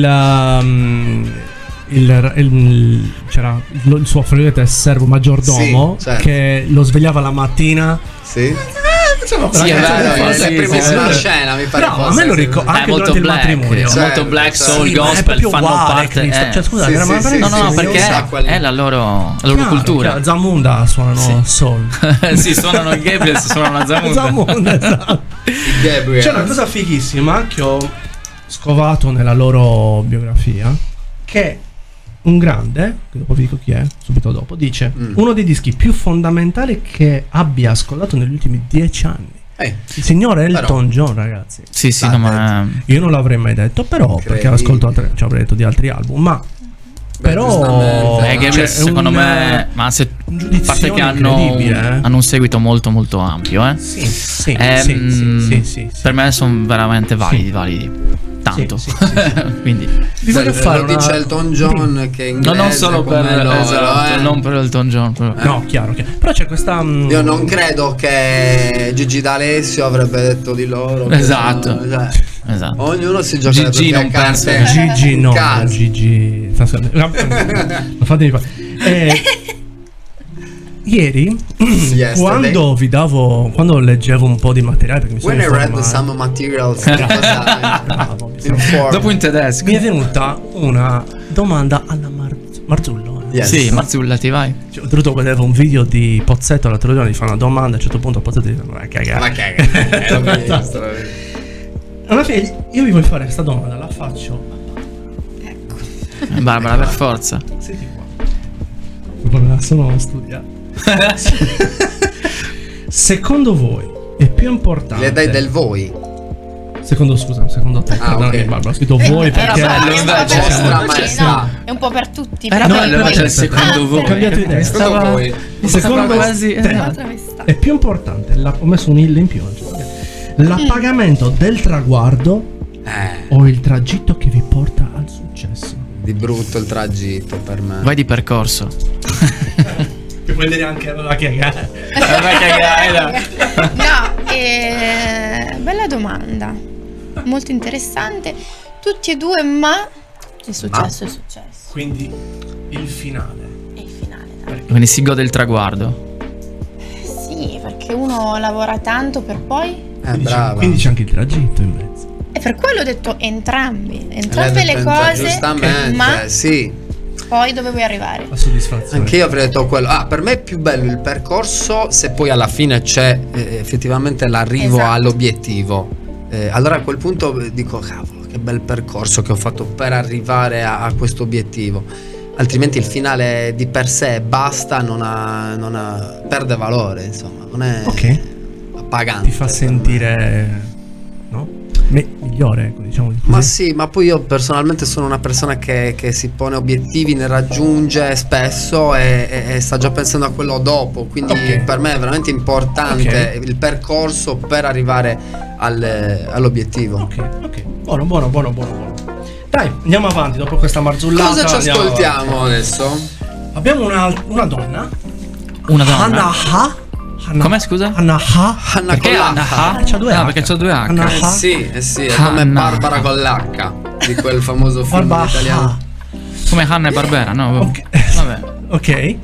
c'era il suo fratello servo maggiordomo Sì, certo. che lo svegliava la mattina? Sì? Sì, è la vero, primissima sì. scena mi pare. Bravo, a me lo ricordo anche molto durante il black, matrimonio. Certo, molto black certo. soul Sì, ma è gospel proprio fanno uguale, parte Cristo. Cioè, scusa, Sì, era sì, ma sì, veramente- no, sì, perché sa quel- è la loro Chiaro, cultura. chiaro, Zamunda suonano Sì. soul. Sì, suonano il Gabriel, suonano la Zamunda. Zamunda, esatto. Gabriel. C'è una cosa fighissima che ho scovato nella loro biografia, che un grande, che dopo vi dico chi è, subito dopo, dice uno dei dischi più fondamentali che abbia ascoltato negli ultimi 10 anni. Il signor Elton John, ragazzi. Sì, sì, no, ma Io non l'avrei mai detto, però, perché ascolto ci avrei detto di altri album, ma però giustamente. Gabriel, cioè, secondo un- me, ma se un a giudizio parte che incredibile, hanno un seguito molto molto ampio, Sì, sì, sì. per me sono veramente validi, tanto. Sì, sì, sì. Quindi Vi voglio fare lo dice Elton John che in inglese non solo per come loro, esatto, non per Elton John, però. No, chiaro. Però c'è questa. Io non credo che Gigi D'Alessio avrebbe detto di loro che Esatto. sono- cioè, Esatto. ognuno si gioca Gigi le proprie non penso carte Gigi in no, casa. Gigi. Non fatemi fare. ieri, Yesterday. quando leggevo un po' di materiale, perché mi sono When I read informato, some materials, Dopo in tedesco. mi è venuta una domanda alla Marzullo. Yes. Sì, Marzullati, vai. Cioè, ho dovuto vedere un video di Pozzetto l'altro giorno, gli fa una domanda, a un certo punto Pozzetto dice ma cagare. Ma caga. L'ho visto. Alla fine io vi voglio fare questa domanda, la faccio. Barbara, per forza. Senti qua. Me la sono studiata. Secondo voi è più importante? Le dai del voi. Secondo te, perdonami, ok. Barbara, ho scritto voi Era perché bello, invece. Vostra maestà. No, è un po' per tutti. Era però- bello, invece, secondo ho voi. cambiato idea. Secondo voi. Secondo quasi- te Un'altra questa. è più importante, ho messo un il in più, l'appagamento del traguardo o il tragitto che vi porta al successo? Di brutto il tragitto per me. Vai di percorso. Puoi vedere anche la cagare. Vai cagare. No, bella domanda. Molto interessante. Tutti e due, ma il successo è successo. Quindi il finale. È il finale, dai. Quindi si gode il traguardo. Sì, perché uno lavora tanto per poi. Brava. Quindi c'è anche il tragitto in mezzo. E per quello ho detto entrambe Lei le pensa- cose, giustamente, ma sì. poi dove vuoi arrivare? La soddisfazione. Anche io avrei detto quello. Per me è più bello il percorso se poi alla fine c'è effettivamente l'arrivo Esatto. all'obiettivo. Allora a quel punto dico, cavolo, che bel percorso che ho fatto per arrivare a questo obiettivo. Altrimenti il finale di per sé basta, perde valore, insomma, non è appagante. Ti fa sentire, no? Migliore, ecco, diciamo di così. Ma sì, ma poi io personalmente sono una persona che si pone obiettivi, ne raggiunge spesso e sta già pensando a quello dopo. Quindi per me è veramente importante il percorso per arrivare all'obiettivo. Ok. Buono. Dai, andiamo avanti dopo questa marzullata. Cosa ci andiamo ascoltiamo avanti. adesso? Abbiamo una donna. Una donna. Hannah. Come scusa? Hannah. Hanna Perché con Anna l'H. H? C'ha due Ah, H. perché c'ha due H. Anna H. Sì, è come Hanna. Barbara con l'H di quel famoso film Barba italiano. Come Hanna e Barbera, no? Ok. Vabbè. Ok.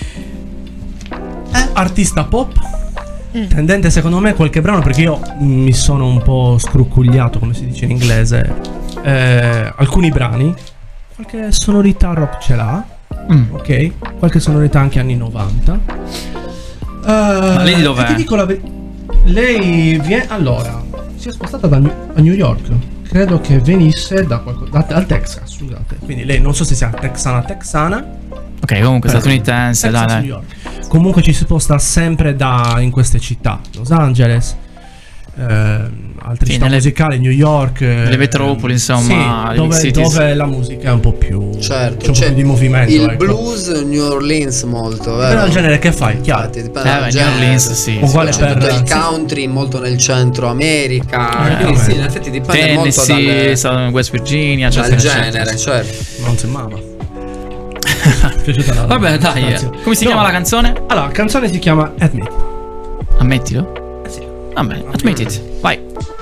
Artista pop. Tendente secondo me qualche brano, perché io mi sono un po' scruccugliato, come si dice in inglese. Alcuni brani. Qualche sonorità rock ce l'ha. Ok. Qualche sonorità anche anni 90. Ma lei di dov'è? Ti dico lei viene. Allora, si è spostata a New York. Credo che venisse dal Texas, scusate. Quindi lei non so se sia texana. Ok, comunque statunitense, Texas, dai. New York. Comunque ci si sposta sempre in queste città. Los Angeles, altre Sì, città musicali, New York, le metropoli, insomma, sì, le big cities. dove la musica è un po' più, Certo, c'è un po' più di movimento, il ecco. blues New Orleans molto, Dipende vero? dal genere che fai, chiaro. Infatti, dipende dal New genere. Orleans, sì. Uguale C'è tutto per il country molto nel centro America, quindi sì, in effetti dipende molto Tennessee, West Virginia, dal eccetera, genere, eccetera. certo. Non si mama. Piaciuta la Vabbè, dai. Grazie. Come si No. chiama la canzone? Allora, la canzone si chiama Admit. Ammettilo. Sì. Vabbè, admit it. Vai.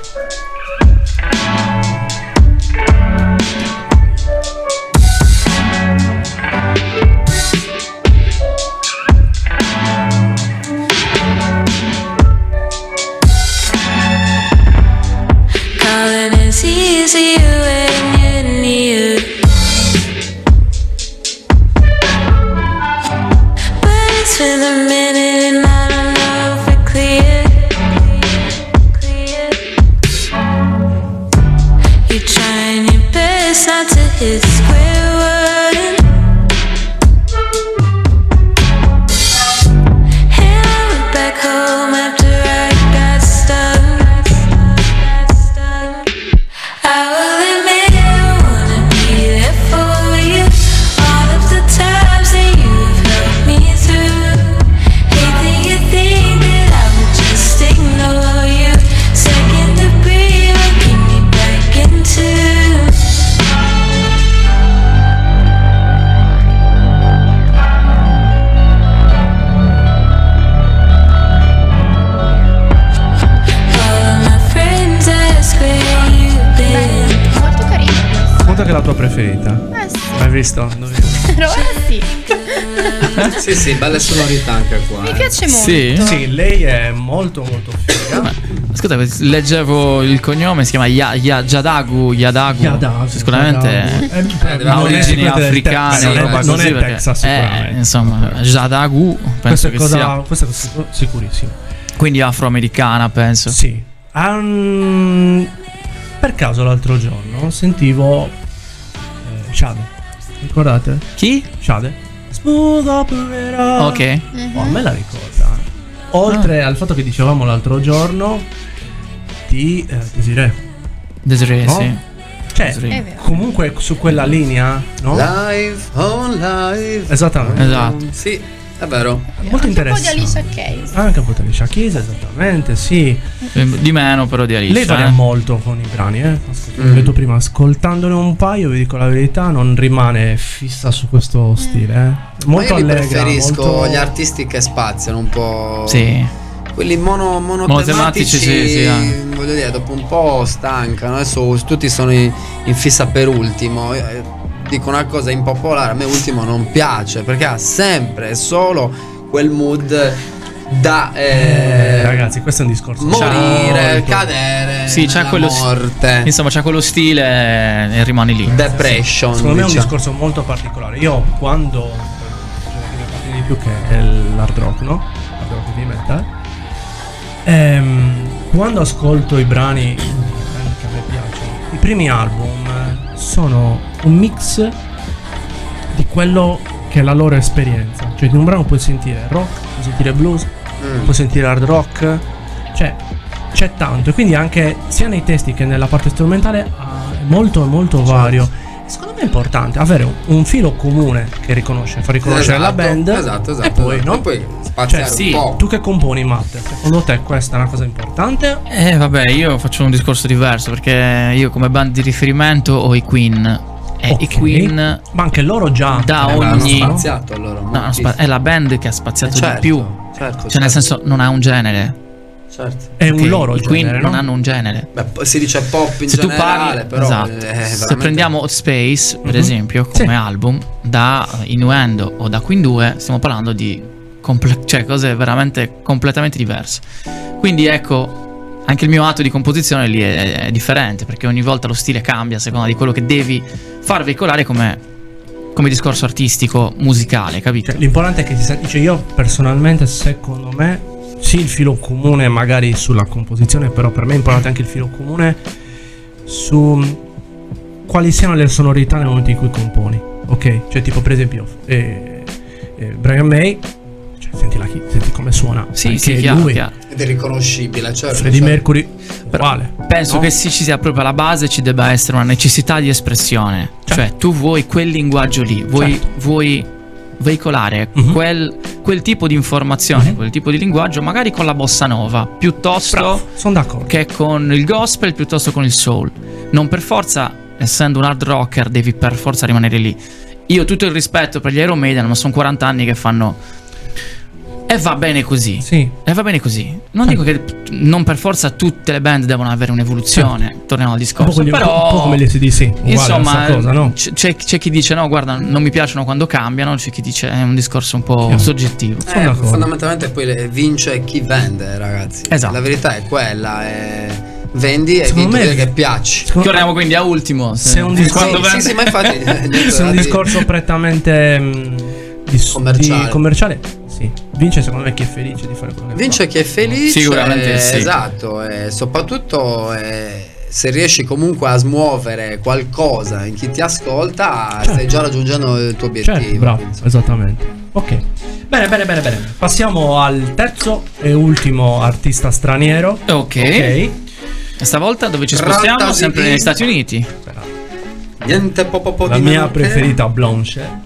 Calling is easier when you're near. But it's been a minute and I don't know if we're clear. You're trying your best not to hit square one. And I went back home after I got stuck. I will admit I wanna be there for you. All of the times that you have helped me through. Hate that you think that I would just ignore you. Second degree will keep me back into. All of my friends ask where you've been. Molto carino questo. Conta che è la tua preferita. Sì. Hai visto? Però ora sì. Sì, belle sonorità anche qua. Mi piace molto. Sì? Sì, lei è molto molto figa. Ascolta, leggevo il cognome, si chiama Yadagu. Yadagu, Sicuramente deve ha non è origini sicuramente del africane Texas, o roba non così. è perché- Texas, sicuramente. insomma, Yadagu penso che sia. Questo è sicurissimo. Quindi afroamericana, penso. Sì. Per caso l'altro giorno sentivo Shade. Ricordate? Chi? Shade. Smooth operator. Ok. Oh, a me la ricorda. Oltre al fatto che dicevamo l'altro giorno di Desiree, No? sì. Cioè, Desiree. È vero. comunque su quella linea, no? Live on live. Esattamente. Esatto. Sì, è vero. Molto Un po' di interessante. Alicia Keys. Anche un po' di Alicia Keys, esattamente, sì. Di meno però di Alice. Lei varia molto con i brani, Come ho detto prima, ascoltandone un paio, vi dico la verità, non rimane fissa su questo stile, Molto Ma io li allegra, preferisco molto... gli artisti che spaziano un po'. Sì. Quelli monotematici, Monotematici, sì, voglio dire, dopo un po' stancano. Adesso tutti sono in fissa per Ultimo. Dico una cosa impopolare, a me Ultimo non piace perché ha sempre e solo quel mood da ragazzi, questo è un discorso morire, solito. cadere, Sì, c'ha nella quello morte, Insomma, c'ha quello stile e rimane lì. depression. Secondo me è un diciamo. discorso molto particolare. Io quando facevo che mi appartiene di più che è l'hard rock, no? Hard rock heavy metal. Quando ascolto i brani che a me piacciono, i primi album sono un mix di quello che è la loro esperienza. Cioè, in un brano puoi sentire rock, puoi sentire blues, puoi sentire hard rock. Cioè, c'è tanto. E quindi anche sia nei testi che nella parte strumentale è molto molto vario. Secondo me è importante avere un filo comune che fa riconoscere la band. Esatto. E poi, no? E poi spaziare Cioè, un po'. tu che componi, Matte, secondo te questa è una cosa importante? Vabbè, io faccio un discorso diverso perché io come band di riferimento ho i Queen. E Ok. i Queen Ma anche loro già da Hanno ogni spaziato allora. no, è la band che ha spaziato certo, di più. certo, Cioè, nel senso, non ha un genere. certo. è un Ok, loro i Queen genere, non no? hanno un genere. Beh, si dice pop in Se tu generale, parli, però esatto. è Se veramente- prendiamo Hot Space, per esempio, come Sì. album, da Innuendo o da Queen 2, stiamo parlando di cioè cose veramente completamente diverse. Quindi ecco, anche il mio atto di composizione lì è differente, perché ogni volta lo stile cambia a seconda di quello che devi far veicolare come discorso artistico, musicale, capito? Cioè, l'importante è che cioè, io personalmente, secondo me, sì, il filo comune magari sulla composizione, però per me è importante anche il filo comune su quali siano le sonorità nel momento in cui componi. Ok? Cioè, tipo, per esempio, Brian May, cioè, senti come suona. Sì, anche sì, chiaro, lui. chiaro. ed è riconoscibile, certo. Freddie certo. Mercury, uguale. Penso No? che sì, ci sia proprio alla base, ci debba essere una necessità di espressione. Cioè, tu vuoi quel linguaggio lì, vuoi veicolare quel tipo di informazione, quel tipo di linguaggio, magari con la bossa nova, piuttosto Sono d'accordo. che con il gospel, piuttosto con il soul. Non per forza, essendo un hard rocker, devi per forza rimanere lì. Io ho tutto il rispetto per gli Iron Maiden, ma sono 40 anni che fanno. E va bene così. Sì. E va bene così. Non dico che non per forza tutte le band devono avere un'evoluzione. Torniamo al discorso. Un Però po' come gli SDC, uguale insomma, la stessa cosa, no? c'è chi dice no, guarda, non mi piacciono quando cambiano. C'è chi dice è un discorso un po' Sì. soggettivo. Sono d'accordo. Fondamentalmente poi vince chi vende, ragazzi. Esatto. La verità è quella, vendi e Secondo vinto me- che piaci. Torniamo quindi a ultimo. Se è un discorso- Sì, ma infatti Se è un discorso prettamente Commerciale. sì. Vince secondo me chi è felice di fare quello che vince chi è felice. Sicuramente sì. Esatto, e soprattutto se riesci comunque a smuovere qualcosa in chi ti ascolta, stai già raggiungendo il tuo fa. obiettivo. Certo, bravo, quindi. esattamente. Ok. Bene. Passiamo al terzo e ultimo artista straniero. Ok. Stavolta dove ci spostiamo? Tratta di Sempre di- negli Stati Uniti. Niente po' La di mia meno che- preferita, Blanche.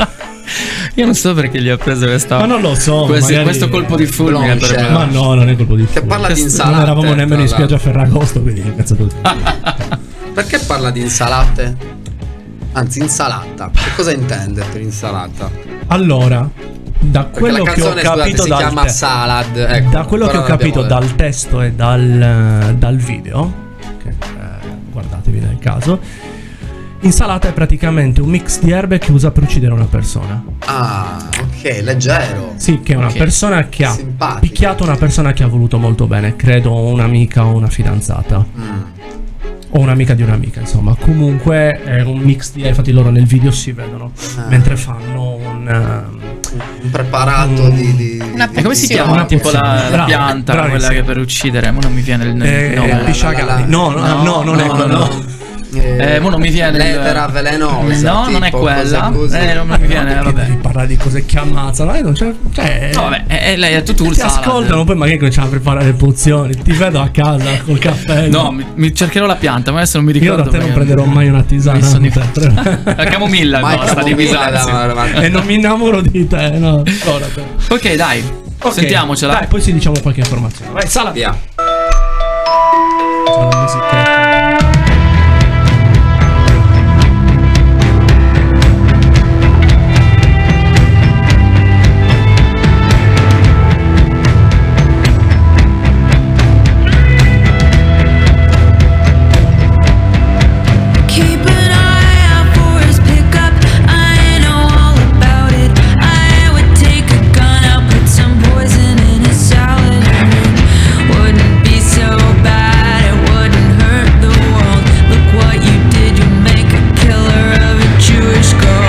Io non so perché gli ho preso questa. Ma non lo so. magari- questo colpo di fulmine Blanche. per me. Ma no, non è colpo di Che parla di Non insalate. eravamo nemmeno in tra spiaggia a Ferragosto, quindi che cazzo tu. l'altro. Perché parla di insalate? Anzi, insalata. Che cosa intende per insalata? Allora, da Perché quello la che ho canzone, scusate, capito si dal chiama salad. Ecco, da quello che però ho capito abbiamo- dal testo e dal video, che guardatevi nel caso, Insalata è praticamente un mix di erbe che usa per uccidere una persona. Ah, ok, leggero. Sì, che è una Ok. persona che ha Simpatico. picchiato una persona che ha voluto molto bene, credo un'amica o una fidanzata. O un'amica di un'amica, insomma. Comunque è un mix di... Infatti loro nel video si vedono mentre fanno Un preparato di Una E come si pozione. chiama? Una Tipo la pozione. pianta, Bravo, quella bravissimo. che per uccidere. Ma non mi viene il nome. Pisciacani. No, non è quello. Mo non mi viene il- L'edera velenosa. No, non è tipo, quella. cose così. Non mi viene, Perché vabbè. devi parlare di cose che ammazzano? Non c'è, cioè, No, vabbè, lei ha tutto il ti salad. ascoltano, poi magari cominciamo a preparare pozioni. Ti vedo a casa col cappello. No, mi cercherò la pianta, ma adesso non mi io ricordo. da te non perché- prenderò mai una tisana. Mi sono Te. La camomilla, Mai no, sta di camomilla Bisanzio. E non mi innamoro di te, no. Ok, dai, Ok, sentiamocela. Dai, poi ci diciamo qualche informazione. Vai, sala. Via. C'è una musichetta. Keep an eye out for his pickup. I know all about it. I would take a gun out, put some poison in his salad. Wouldn't be so bad, it wouldn't hurt the world. Look what you did, you make a killer of a Jewish girl.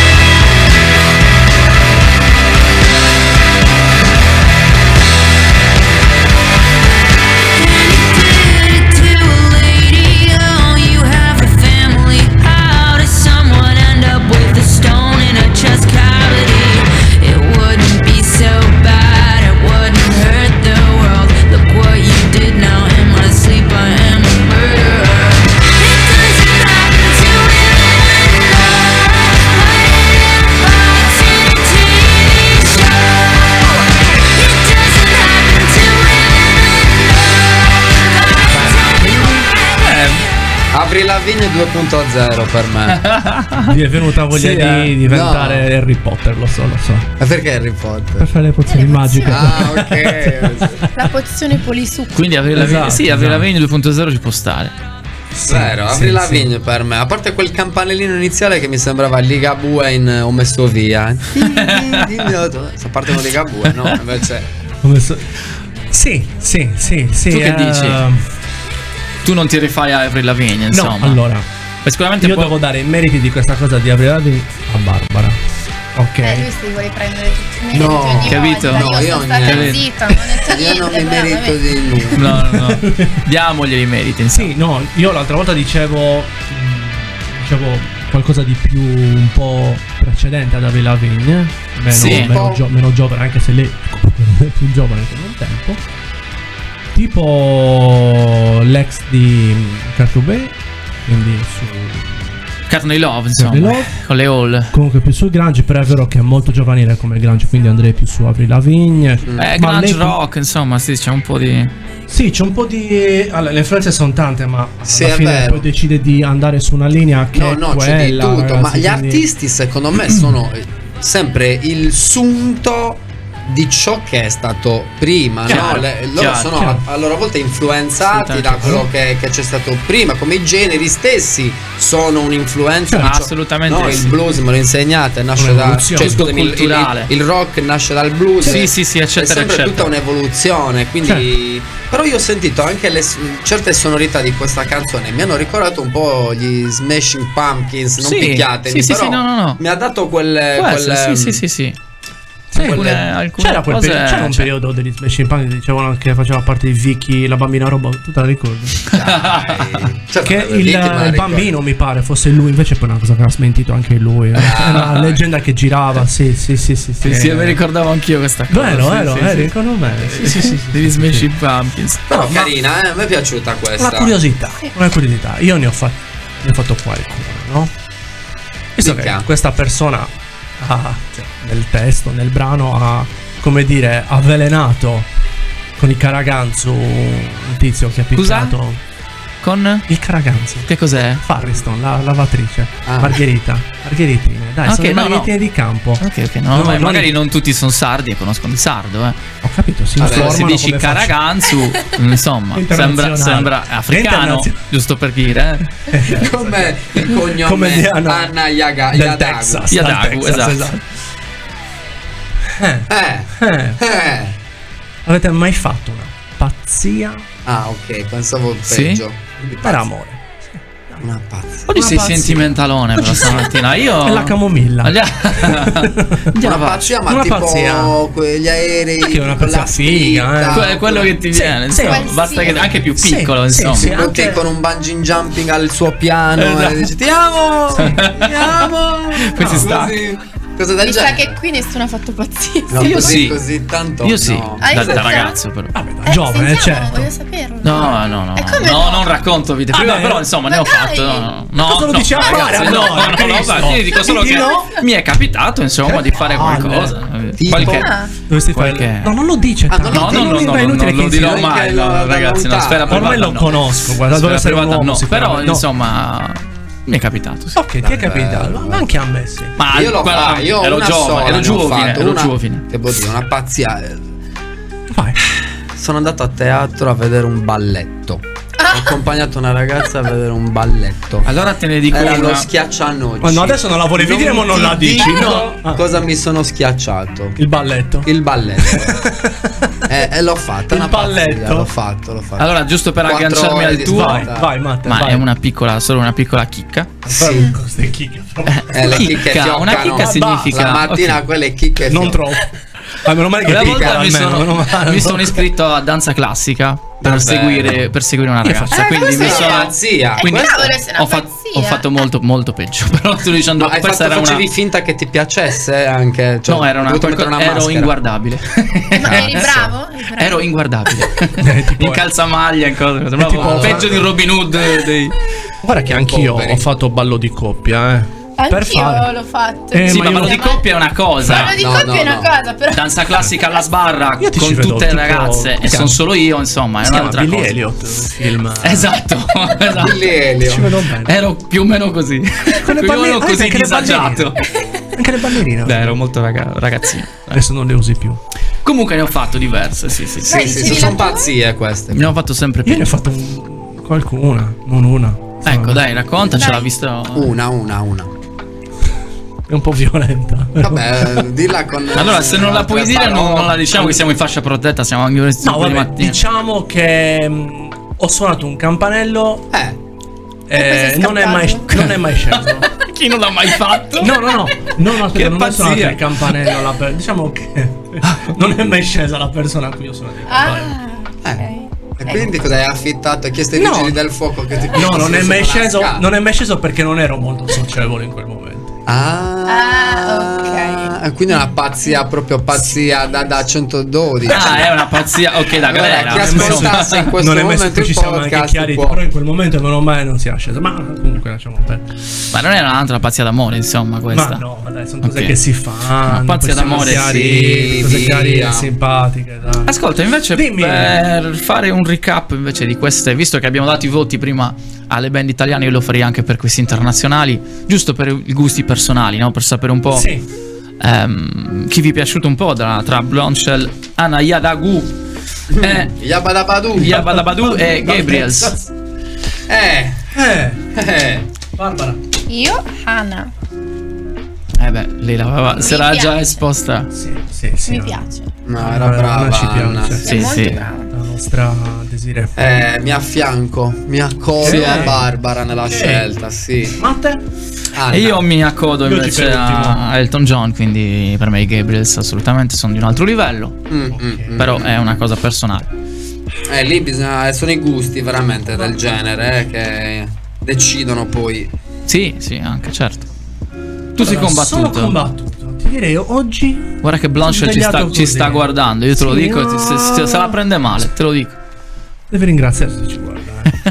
Avril Lavigne 2.0 per me. Mi è venuta voglia Sì, di diventare no. Harry Potter, lo so. Ma perché Harry Per Potter? fare le pozioni Le magiche. Ah, ok. La pozione polisucco. Quindi Avril Lavigne, Esatto, sì, Avril esatto. Lavigne 2.0 ci può stare. Vero, Avril Lavigne per me. A parte quel campanellino iniziale che mi sembrava Ligabue in Ho messo via. A parte con Ligabue, no? Invece. Come so- Sì. Tu che dici? Tu non ti rifai a Avril Lavigne, insomma. No, allora, Beh, sicuramente io devo dare i meriti di questa cosa di Avril Lavigne a Barbara. Ok. Lui si vuole prendere tutti i meriti No, ogni capito? volta. No, Io io sono stata niente. zitta, non ho detto Io niente. non mi brava, merito vedi? di nulla. No. Diamoglieli i meriti, insomma. Sì, no, io l'altra volta dicevo qualcosa di più un po' precedente ad Avril Lavigne, Sì. meno giovane, anche se lei è più giovane che nel tempo. Tipo l'ex di Kurt Cobain, quindi su Courtney Love, insomma. Courtney Love. Con le Hall. comunque più sul grunge, però è vero che è molto giovanile come grunge, quindi andrei più su Avril Lavigne. Ma Grunge lei- rock, insomma, sì, c'è un po' di... Sì, c'è un po' di. Allora, le influenze sono tante, ma Sì, alla è fine vero. poi decide di andare su una linea che è No, quella. c'è di tutto. ragazzi, Ma gli quindi- artisti, secondo me, sono sempre il sunto di ciò che è stato prima. Chiaro, No? Loro chiaro, sono chiaro. a loro volta influenzati da quello che c'è stato prima. Come i generi stessi sono un'influenza. Certo. di ciò- Assolutamente No, sì. il blues me lo insegnate, nasce da. Un'evoluzione. Cioè, scusami, Culturale. il rock nasce dal blues. Sì, eccetera, È sempre eccetera. tutta un'evoluzione. Quindi. Però io ho sentito anche certe sonorità di questa canzone. Mi hanno ricordato un po' gli Smashing Pumpkins. Non Sì, picchiatemi, sì, però no. mi ha dato Può essere, sì. Sì, Alcune c'era c'era un cioè- periodo degli Smashing Pumpkins che dicevano che faceva parte di Vicky, la bambina robot, tu te la ricordi? Cioè, Che vabbè, il Vicky me la ricordo. bambino mi pare fosse lui, invece poi è una cosa che ha smentito anche lui. È una leggenda che girava, sì. Sì, mi ricordavo anch'io questa cosa. Vero, sì. ricordo bene. Sì. Degli Smashing Pumpkins. Però carina, a me è piaciuta questa. Una curiosità. Io ne ho fatto qualcuno, no? Visto Dica. che questa persona nel testo, nel brano, ha, come dire, avvelenato con il Karaganzu un tizio che ha Scusa? picchiato. Con? Il Caraganzo. Che cos'è? Farriston, la lavatrice. Ah. Margheritine. Dai, Ok, sono le no, margheritine no. di campo. Ok, no, No, ma non- magari non tutti sono sardi e conoscono il sardo, Ho capito, si Vabbè, informano Se dici come faccio. Caraganzu, insomma, Internazionale. sembra africano, Internazionale. giusto per dire, Come il cognome Come di Anna- Anna del Yadagu. Texas. Yadagu, dal Texas, esatto. Avete mai fatto una pazzia Ah, ok, pensavo Sì? peggio. per amore? Una pazzia. oggi Una sei pazzia. sentimentalone però stamattina, io... È la camomilla. Andiamo Una avanti. pazzia, ma Una tipo pazzia. quegli aerei. Anche una pazzia la figa, spinta, È quello che ti Sì, viene, sì. insomma, basta che anche più Sì, piccolo, sì, insomma. sì. Quello che Anche- con un bungee jumping al suo piano Esatto. e dice ti amo, ti amo. Poi si sta. Cosa del Mi sa genere? che qui nessuno ha fatto pazzia. No, Io così, sì. così tanto. Io sì, no. Hai da sentito? ragazzo però. Vabbè, da giovane, sentiamo, certo. voglio saperlo. No, E come no, no? non racconto vite private, Vabbè. però insomma ne ho Magari. fatto. No, Cosa lo no, dici a fare, ragazzi, allora, no, Cristo? io dico solo Quindi che no? mi è capitato insomma di fare qualcosa. Tipo? Qualche... Ah, Dovresti fare. Qualche- No, non lo dice. Ah, tanto. non lo No, dici, no, è inutile non che lo dirò insista. mai, Anche la ragazzi, no, sfera privata. Ormai lo no. conosco, guarda, Sfera dove sei un privata uomo, no, però sicuramente. No. insomma mi è capitato. Sì. Ok, ti è capitato. Ma anche a me, sì. Ma Io lo guarda, fa, io ero una giovane, sola ero ne ho giovine, fatto, ero una- giovine. Che vuol dire, una pazzia. Vai. Sono andato a teatro a vedere un balletto. Ho accompagnato una ragazza a vedere un balletto. Allora te ne dico Era lo una. schiaccianoci. Ma no, adesso non la volevi dire, ma non ti la dici. dico No. Ah. Cosa mi sono schiacciato? Il balletto. Il balletto. E l'ho fatta. Il una pazzia, balletto? L'ho fatto. Allora, giusto per 4 agganciarmi ore al di tuo, sbatti. Vai, Matte. ma vai. è una piccola, solo una piccola chicca. Sì. Queste chicche. Le chicche Chicca, una fioccano. chicca significa La mattina ok. quelle chicche Non fioccano. troppo. Meno male che Una piccola volta almeno. mi sono iscritto a danza classica per Davvero? seguire una ragazza. faccio- Quindi mi Questa è sono. una pazzia. Quindi cavolo, è una ho, pazzia. ho fatto molto peggio. Però sto dicendo Ma hai questa fatto, era una. facevi finta che ti piacesse anche? Cioè, No, era una, dovuto mettere una ero maschera. inguardabile. Ma eri bravo? Eri bravo? Ero inguardabile. tipo- In calzamaglia, in cosa. Sembravo tipo- peggio di Robin Hood. Guarda che anch'io Poveri. ho fatto ballo di coppia, Per Anch'io fare. l'ho fatto. Sì, ma io- ballo di coppia è una cosa. Ballo di No, coppia no, è una no. cosa, però. Danza classica alla sbarra Io ti ci con vedo, tutte le tipo- ragazze e si sono chiama- solo io, insomma, è Si chiama un'altra Billy cosa. Elliot, un film. Esatto, esatto. Billy Elliot. Ci vedo bene. Ero più o meno così. Con le Più o meno ballerine- così anche le disagiato. Anche le ballerine. Beh, ero molto ragazzino. Adesso non le usi più. Comunque ne ho fatto diverse, sì. Sì, Dai, sì, dicevi sono la tua? pazzie queste. Ne ho fatto sempre Io più. ne ho fatto qualcuna, non una. Ecco, dai, raccontacela, Dai. visto. Una. È un po' violenta. Vabbè, dilla con. Allora, se non la puoi altre dire, non parole. la diciamo che siamo in fascia protetta, siamo anche No, di vabbè, mattina. diciamo che ho suonato un campanello. sei Non è mai sceso. Chi non l'ha mai fatto? No, non ho Che suonato pazzia. il campanello. Diciamo che non è mai scesa la persona a cui ho suonato il campanello. Ah, E quindi cosa hai affittato? Hai chiesto ai No. vigili del fuoco che ti No, non è mai sulla sceso. scala? Non è mai sceso perché non ero molto socievole in quel momento. Ah, ok. Quindi è una pazzia, proprio pazzia da 112. Ah, è una pazzia. Ok, da Allora, galera. chi ascoltasse in questo non è mai momento ci il siamo anche podcast chiariti, può- però in quel momento meno male non si è sceso. Ma comunque lasciamo perdere. Ma non era un'altra pazzia d'amore, insomma, questa. Ma no, ma dai, sono cose Ok. che si fanno. Una pazzia poi siamo d'amore, chiari, sì, cose via. carine, simpatiche, dai. Ascolta, invece Dimmi. per fare un recap invece di queste, visto che abbiamo dato i voti prima alle band italiane, io lo farei anche per questi internazionali, giusto per i gusti personali, no? Per sapere un po' Sì. chi vi è piaciuto un po' tra Blonshell, Anna Yadagu e Yabadabadu. Yabadabadu e Gabriels. Barbara. Io, Hannah. Beh, lei l'aveva, si era già piace. esposta. Sì. Mi piace. No, era No, brava. non ci piace. Anna. Sì, È molto sì. brava. La nostra Desiree. Mi affianco, mi accodo Sì. a Barbara nella scelta, sì. Matte? Anna. E io mi accodo Io ti invece per ultimo. a Elton John, quindi per me i Gabriels assolutamente sono di un altro livello, però è una cosa personale. Lì bisogna, sono i gusti veramente del genere che decidono poi. Sì, anche certo. Tu sei Sono combattuto. combattuto. Ti direi oggi. Guarda che Blanchard ci Svegliato ci sta così. guardando, io te lo Sì, dico, no. se la prende male, te lo dico. Devi ringraziare se ci guarda.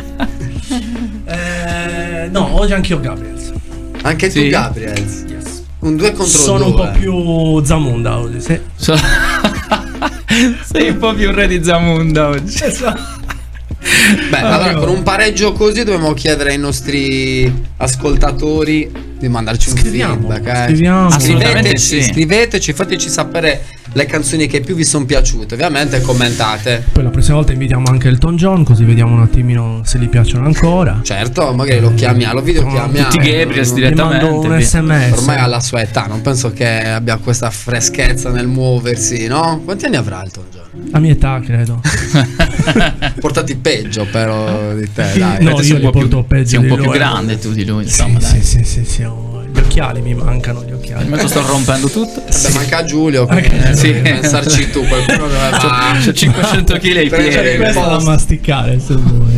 No, oggi anch'io Gabriels. Anche Sì? tu, Gabriels. Yes. Un 2 contro 2. Sono un po' più Zamunda oggi, sì. Sei un po' più re di Zamunda oggi. Beh, allora con un pareggio così dobbiamo chiedere ai nostri ascoltatori di mandarci un feedback. Scriviamo. Assolutamente sì. Scriveteci, fateci sapere le canzoni che più vi sono piaciute. Ovviamente commentate. Poi la prossima volta invitiamo anche Elton John, così vediamo un attimino se gli piacciono ancora. Certo, magari lo chiamiamo, lo videochiamiamo. Tutti Gabriel Gli direttamente. mando un via. SMS. Ormai alla sua età, non penso che abbia questa freschezza nel muoversi, no? Quanti anni avrà Elton John? La mia età, credo. Portati peggio però di te, dai. No, Sei io un li po' porto peggio sei un di po' più lui. grande tu di lui, insomma. Sì, dai. sì. Gli occhiali mi mancano, gli occhiali. Me lo sto rompendo tutto. Vabbè, manca Giulio, Anche- quindi sì. devi pensarci tu, qualcuno doveva C'ho 500 kg ai Prendere piedi. il Questa da posto. masticare se vuoi.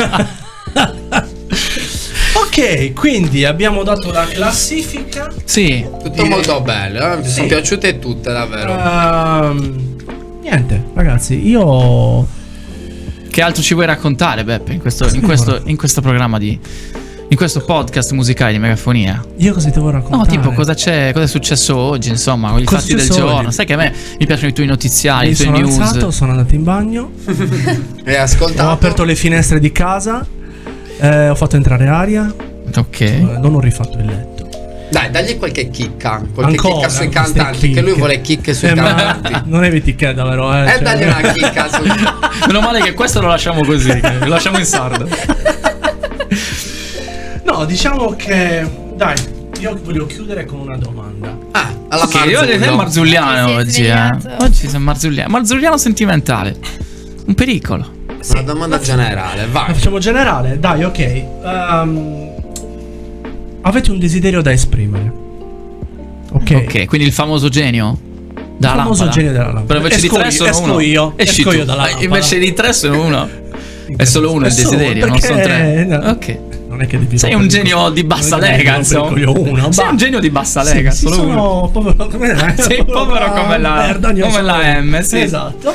Ok, quindi abbiamo dato la classifica. Sì. Tutto molto bello, mi sono piaciute tutte davvero. Niente, ragazzi, io Che altro ci vuoi raccontare, Beppe, in questo programma in questo podcast musicale di Megafonia? cosa ti devo raccontare? No, tipo cosa è successo oggi, insomma, con i Cosa è fatti del successo giorno. oggi? Sai che a me mi piacciono i tuoi notiziari, Mi i tuoi sono news. alzato, sono andato in bagno, E ascoltato. ho aperto le finestre di casa, ho fatto entrare aria, Ok. non ho rifatto il letto. Dai, dagli qualche chicca Ancora, chicca sui queste cantanti, che lui chicche. vuole chicche sui Ma cantanti. non è vitichetta, vero? Cioè, Dagli una chicca su. Meno male che questo lo lasciamo così, lo lasciamo in sardo. No, diciamo che dai, io voglio chiudere con una domanda. Ah, alla Ok, io sei Marzullo. marzulliano Sei oggi, svegliato. Oggi sei marzulliano. Marzulliano sentimentale. Un pericolo. Una domanda generale, La vai. facciamo generale? Dai, ok. Avete un desiderio da esprimere? Ok. Ok, quindi il famoso genio Il famoso lampada. genio della lampada. Però invece Esco di tre io- sono esco uno. io, Esci esco tu. io dalla lampada. Invece di tre sono uno. È solo uno il È solo, desiderio, non perché- sono tre. no. Ok. Non è che devi Sei un genio di bassa lega, insomma. Sei un genio di bassa lega, sì, solo uno. sono povero come la Sei povero come la- merda, io come sono- la M, sì. Esatto.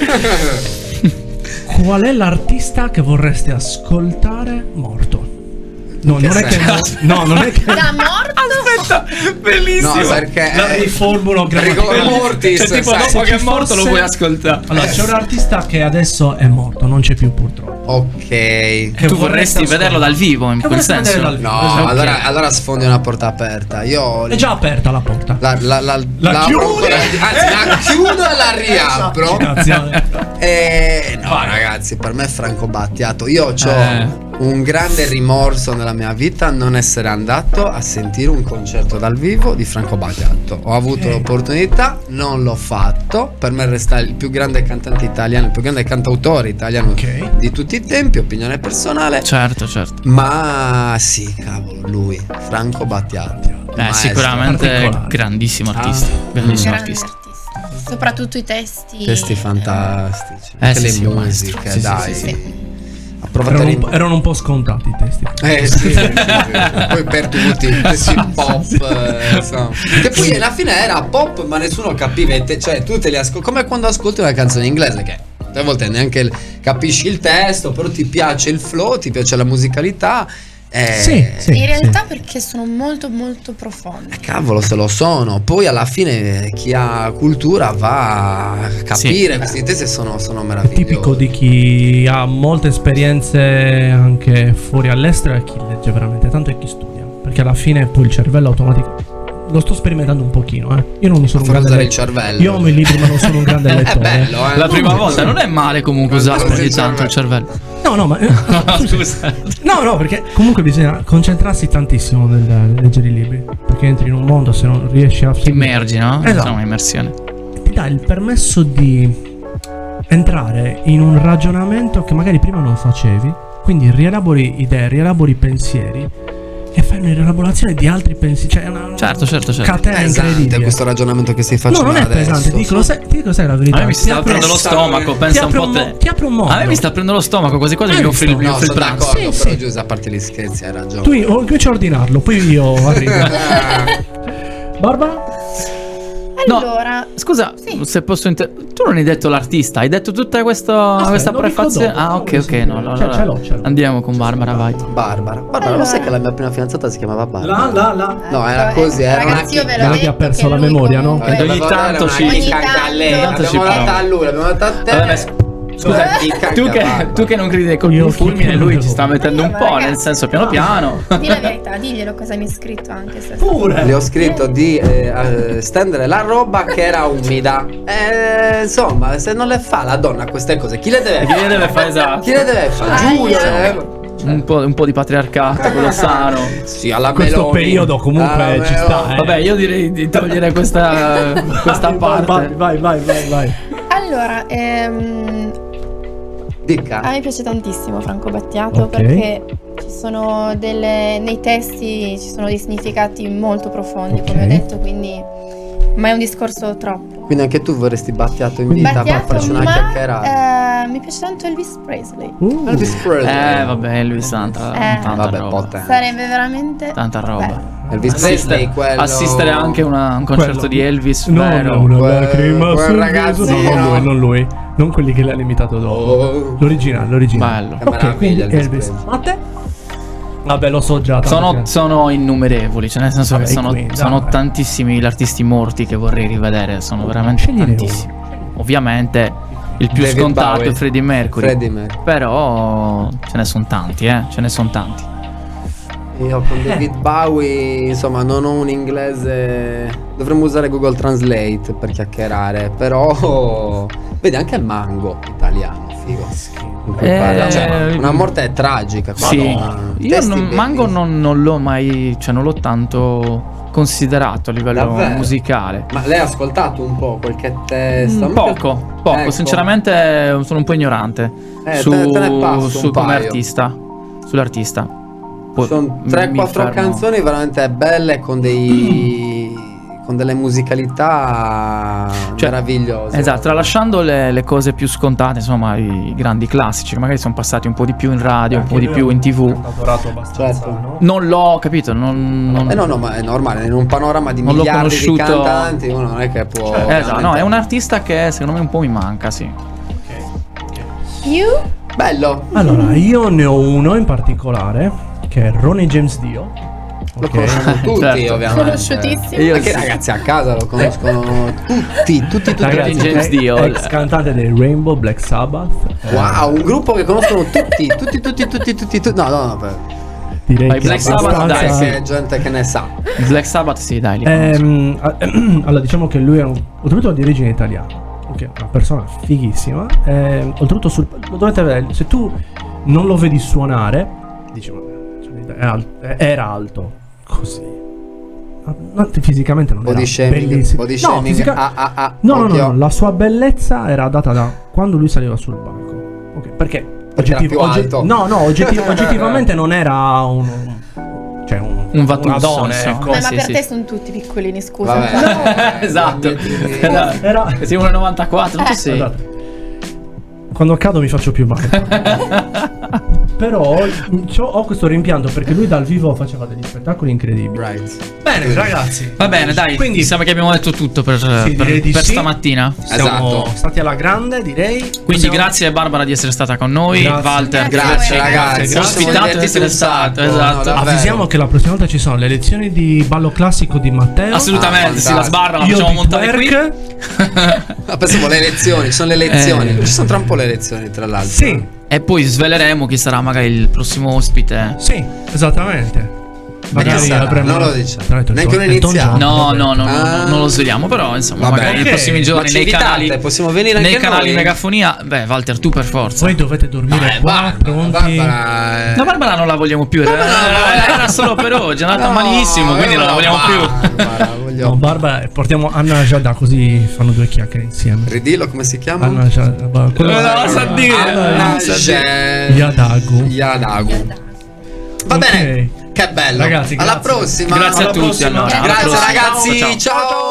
Qual è l'artista che vorreste ascoltare morto? No, In che non è che senso? no, non è che Da morto? Aspetta, bellissimo. No, perché la riformulo Rigore grammaticalmente. mortis, Cioè, tipo, sai. dopo che è ci morto lo fosse- puoi ascoltare. Allora, c'è un artista che adesso è morto, non c'è più purtroppo. Ok. Che Tu vorresti vederlo dal vivo, in Che quel vorresti senso. vedere dal vivo, No, esatto. allora sfondi una porta aperta. Io È già aperta la porta. la chiudo! apro ancora anzi, la chiudo e la riapro. Grazie. No, ragazzi, per me è Franco Battiato. Io ho Eh. un grande rimorso nella mia vita non essere andato a sentire un concerto dal vivo di Franco Battiato. Ho avuto l'opportunità, non l'ho fatto. Per me resta il più grande cantante italiano, il più grande cantautore italiano Ok. di tutti i tempi, opinione personale. Certo, certo. Ma sì, cavolo, lui, Franco Battiato. Maestro. Sicuramente particolare. grandissimo artista. Grandissimo Grande artista. artista. Soprattutto i testi. Testi fantastici. Eh, Anche sì, le sì, un musiche, maestro. Sì, dai. sì, sì. Ha provato a Erano un po' scontati i testi. sì. Poi per tutti questi pop, insomma. Che poi alla fine era pop, ma nessuno capiva. Cioè, tu te li ascolti come quando ascolti una canzone in inglese, che a volte neanche capisci il testo, però ti piace il flow, ti piace la musicalità. Sì. In realtà perché sono molto molto profondi. Cavolo, se lo sono. Poi alla fine chi ha cultura va a capire. Sì. Questi testi sono È meravigliosi. tipico di chi ha molte esperienze anche fuori all'estero e chi legge veramente tanto e chi studia. Perché alla fine poi il cervello automatico. Lo sto sperimentando un pochino, Io non sono un Far grande usare il lettore. cervello. Io amo i libri, ma non sono un grande È lettore. bello, La prima volta non è male comunque usare ogni tanto il cervello. No, ma Scusa. no, perché comunque bisogna concentrarsi tantissimo nel leggere i libri. Perché entri in un mondo, se non riesci a Ti immergi, no? Esatto. Insomma, immersione. ti dà il permesso di entrare in un ragionamento che magari prima non facevi. Quindi rielabori idee, rielabori pensieri e fai una rielaborazione di altri pensieri. Cioè è una Certo. catena Pesante incredibile. questo ragionamento che stai No, facendo non è adesso. pesante, ti dico sai la verità. A me mi si Ti sta apre- aprendo lo stomaco, pensa un po' te. Ti apre un mondo. A me mi sta aprendo lo stomaco, quasi quasi Hai mi offri il, visto? mi No, offri il sono pranzo. d'accordo, Sì, però sì. Giuseppe, a parte gli scherzi, hai ragione. Tu cominci a ordinarlo, poi io arrivo. Barbara? Allora, Scusa, Sì. se posso tu non hai detto l'artista, hai detto tutta questa Aspetta, lo dico prefazione. dopo, Ah, non ok, lo ok, so. no, allora Ce l'ho. andiamo con Barbara, vai. Barbara, lo Allora. sai che la mia prima fidanzata si chiamava Barbara? La. No, era così, era una ragazzi, io ve chicca. l'ho Non è che ha detto perso la lui memoria, no? comunque- Ogni tanto ci- Ogni tanto. tanto l'abbiamo data a lui, l'abbiamo data a te. Vabbè, Scusa, tu che non credi nei colpi Io di fulmine, che lui non ci sta mettendo un po', ragazzi. nel senso piano piano. Di la verità, diglielo cosa mi hai scritto anche stasera. Pure. Le ho scritto di stendere la roba che era umida. Insomma, se non le fa la donna queste cose, chi le deve Chi fare? le deve fare, esatto? Chi le deve fare? Giulio. Un po' di patriarcato, quello sano. Sì, alla Questo Meloni. periodo comunque Alla ci sta, Meloni. Vabbè, io direi di togliere questa parte. Vai. Allora, Dica. a me piace tantissimo Franco Battiato Ok. perché ci sono nei testi ci sono dei significati molto profondi, come Ok. ho detto, quindi ma è un discorso troppo. Quindi anche tu vorresti Battiato in vita per Battiato, farci una chiacchierata. ma mi piace tanto Elvis Presley. Elvis Presley. Vabbè, lui tanta Vabbè, roba. potente. Sarebbe veramente Tanta roba. bello. Elvis Presley, quello. Assistere anche a un concerto Quello. di Elvis, No, vero? no, una Quel- lacrima quel sul ragazzino. viso. No, non lui. Non quelli che l'hanno imitato dopo. Oh. L'originale. Bello. Che Ok, quindi meraviglia, Elvis Elvis. Presley. Ma te? Vabbè, lo so già. Sono innumerevoli, cioè nel senso Vabbè, che sono quindi, dai. tantissimi gli artisti morti che vorrei rivedere, sono veramente Scegliene tantissimi. Ovviamente il più David scontato Bowie. è Freddie Mercury, Freddie Mercury. però ce ne sono tanti, ce ne sono tanti. Io con David Bowie, insomma, non ho un inglese. Dovremmo usare Google Translate per chiacchierare. Però vedi anche il Mango italiano, figo. In cui parla, cioè, una morte tragica. Sì, Madonna. io Testi Mango bellissimi. non l'ho mai, cioè non l'ho tanto considerato a livello Davvero? musicale. Ma lei ha ascoltato un po' qualche testo? A me Poco, Ecco. sinceramente sono un po' ignorante te ne passo su un come paio. artista, sull'artista. Poi Sono mi 3-4 fermo. canzoni veramente belle con delle musicalità Cioè, meravigliose. Esatto, tralasciando le cose più scontate, insomma, i grandi classici, che magari sono passati un po' di più in radio, un po' di più in TV. Adorato abbastanza, Certo. no? Non l'ho capito, non No, ma è normale, in un panorama di Non l'ho miliardi di conosciuto. cantanti uno non è che può... esatto, no, veramente- è un artista che secondo me un po' mi manca, sì. Più Bello, Allora, io ne ho uno in particolare che è Ronnie James Dio. lo Ok. conoscono tutti Certo. ovviamente. conosciutissimo. Io Anche i sì. ragazzi a casa lo conoscono tutti. Ragazzi, James è Dio. ex cantante dei Rainbow, Black Sabbath. Wow, un gruppo che conoscono tutti. No, Direi Vai, che Black è Sabbath, abbastanza- dai, che è gente che ne sa. Black Sabbath, sì, dai, li conosco. Allora, diciamo che lui è oltretutto di origine italiana. Ok, una persona fighissima. Oltretutto lo dovete vedere. Se tu non lo vedi suonare, dici vabbè, era alto così. Ma fisicamente non Body era shaming, bellissimo. body No, shaming. no, occhio. la sua bellezza era data da quando lui saliva sul banco. Ok, perché era più alto. oggettivamente non era Un Vatusso, Adone, insomma. ecco. Ma Sì, per sì. te sono tutti piccolini, scusa. Vabbè. Esatto. Era- Sei 1,94, tu sei. Guardate, quando cado mi faccio più male. Però ho questo rimpianto perché lui dal vivo faceva degli spettacoli incredibili. Right. Bene, ragazzi. Va bene, dai, Quindi- mi sembra che abbiamo detto tutto per direi di sì. stamattina. Siamo Esatto. stati alla grande, direi. Quindi Possiamo- grazie Barbara di essere stata con noi, Grazie. Walter, Grazie Grazie, ragazzi. grazie. Ci siamo Ospitato divertiti essere un stato, sacco, esatto. no, davvero. Avvisiamo che la prossima volta ci sono le lezioni di ballo classico di Matteo. Assolutamente, sì, la sbarra la Io facciamo di montare qui. twerk. Ah, pensavo le elezioni, ci sono le elezioni. Ci sono tra un po' le elezioni, tra l'altro. Sì, E poi sveleremo chi sarà magari il prossimo ospite. sì, esattamente. Magari sarà, non lo diciamo. Tra l'altro, Neanche un Elton iniziato. John, No, vabbè. no, no, Ah. non lo sveliamo, però insomma, Vabbè. magari nei Ok. prossimi Ma giorni ci nei invitate? canali, Possiamo venire nei anche canali noi? Megafonia. Beh, Walter, tu per forza. Voi dovete dormire qua, pronti. Barbara, La Barbara non la vogliamo più, era solo per oggi, è andata malissimo, quindi non la vogliamo più. No, Voglio... Barbara, portiamo Anna Jada così fanno due chiacchiere insieme. Ridillo, come si chiama? Anna Jada. Non lo sa dire. Anna Yadagu. Yadagu. Va Ok. bene, che bello. Ragazzi, alla grazie. prossima. Grazie a Alla tutti, prossima. allora. alla Grazie prossima. ragazzi, Ciao. ciao.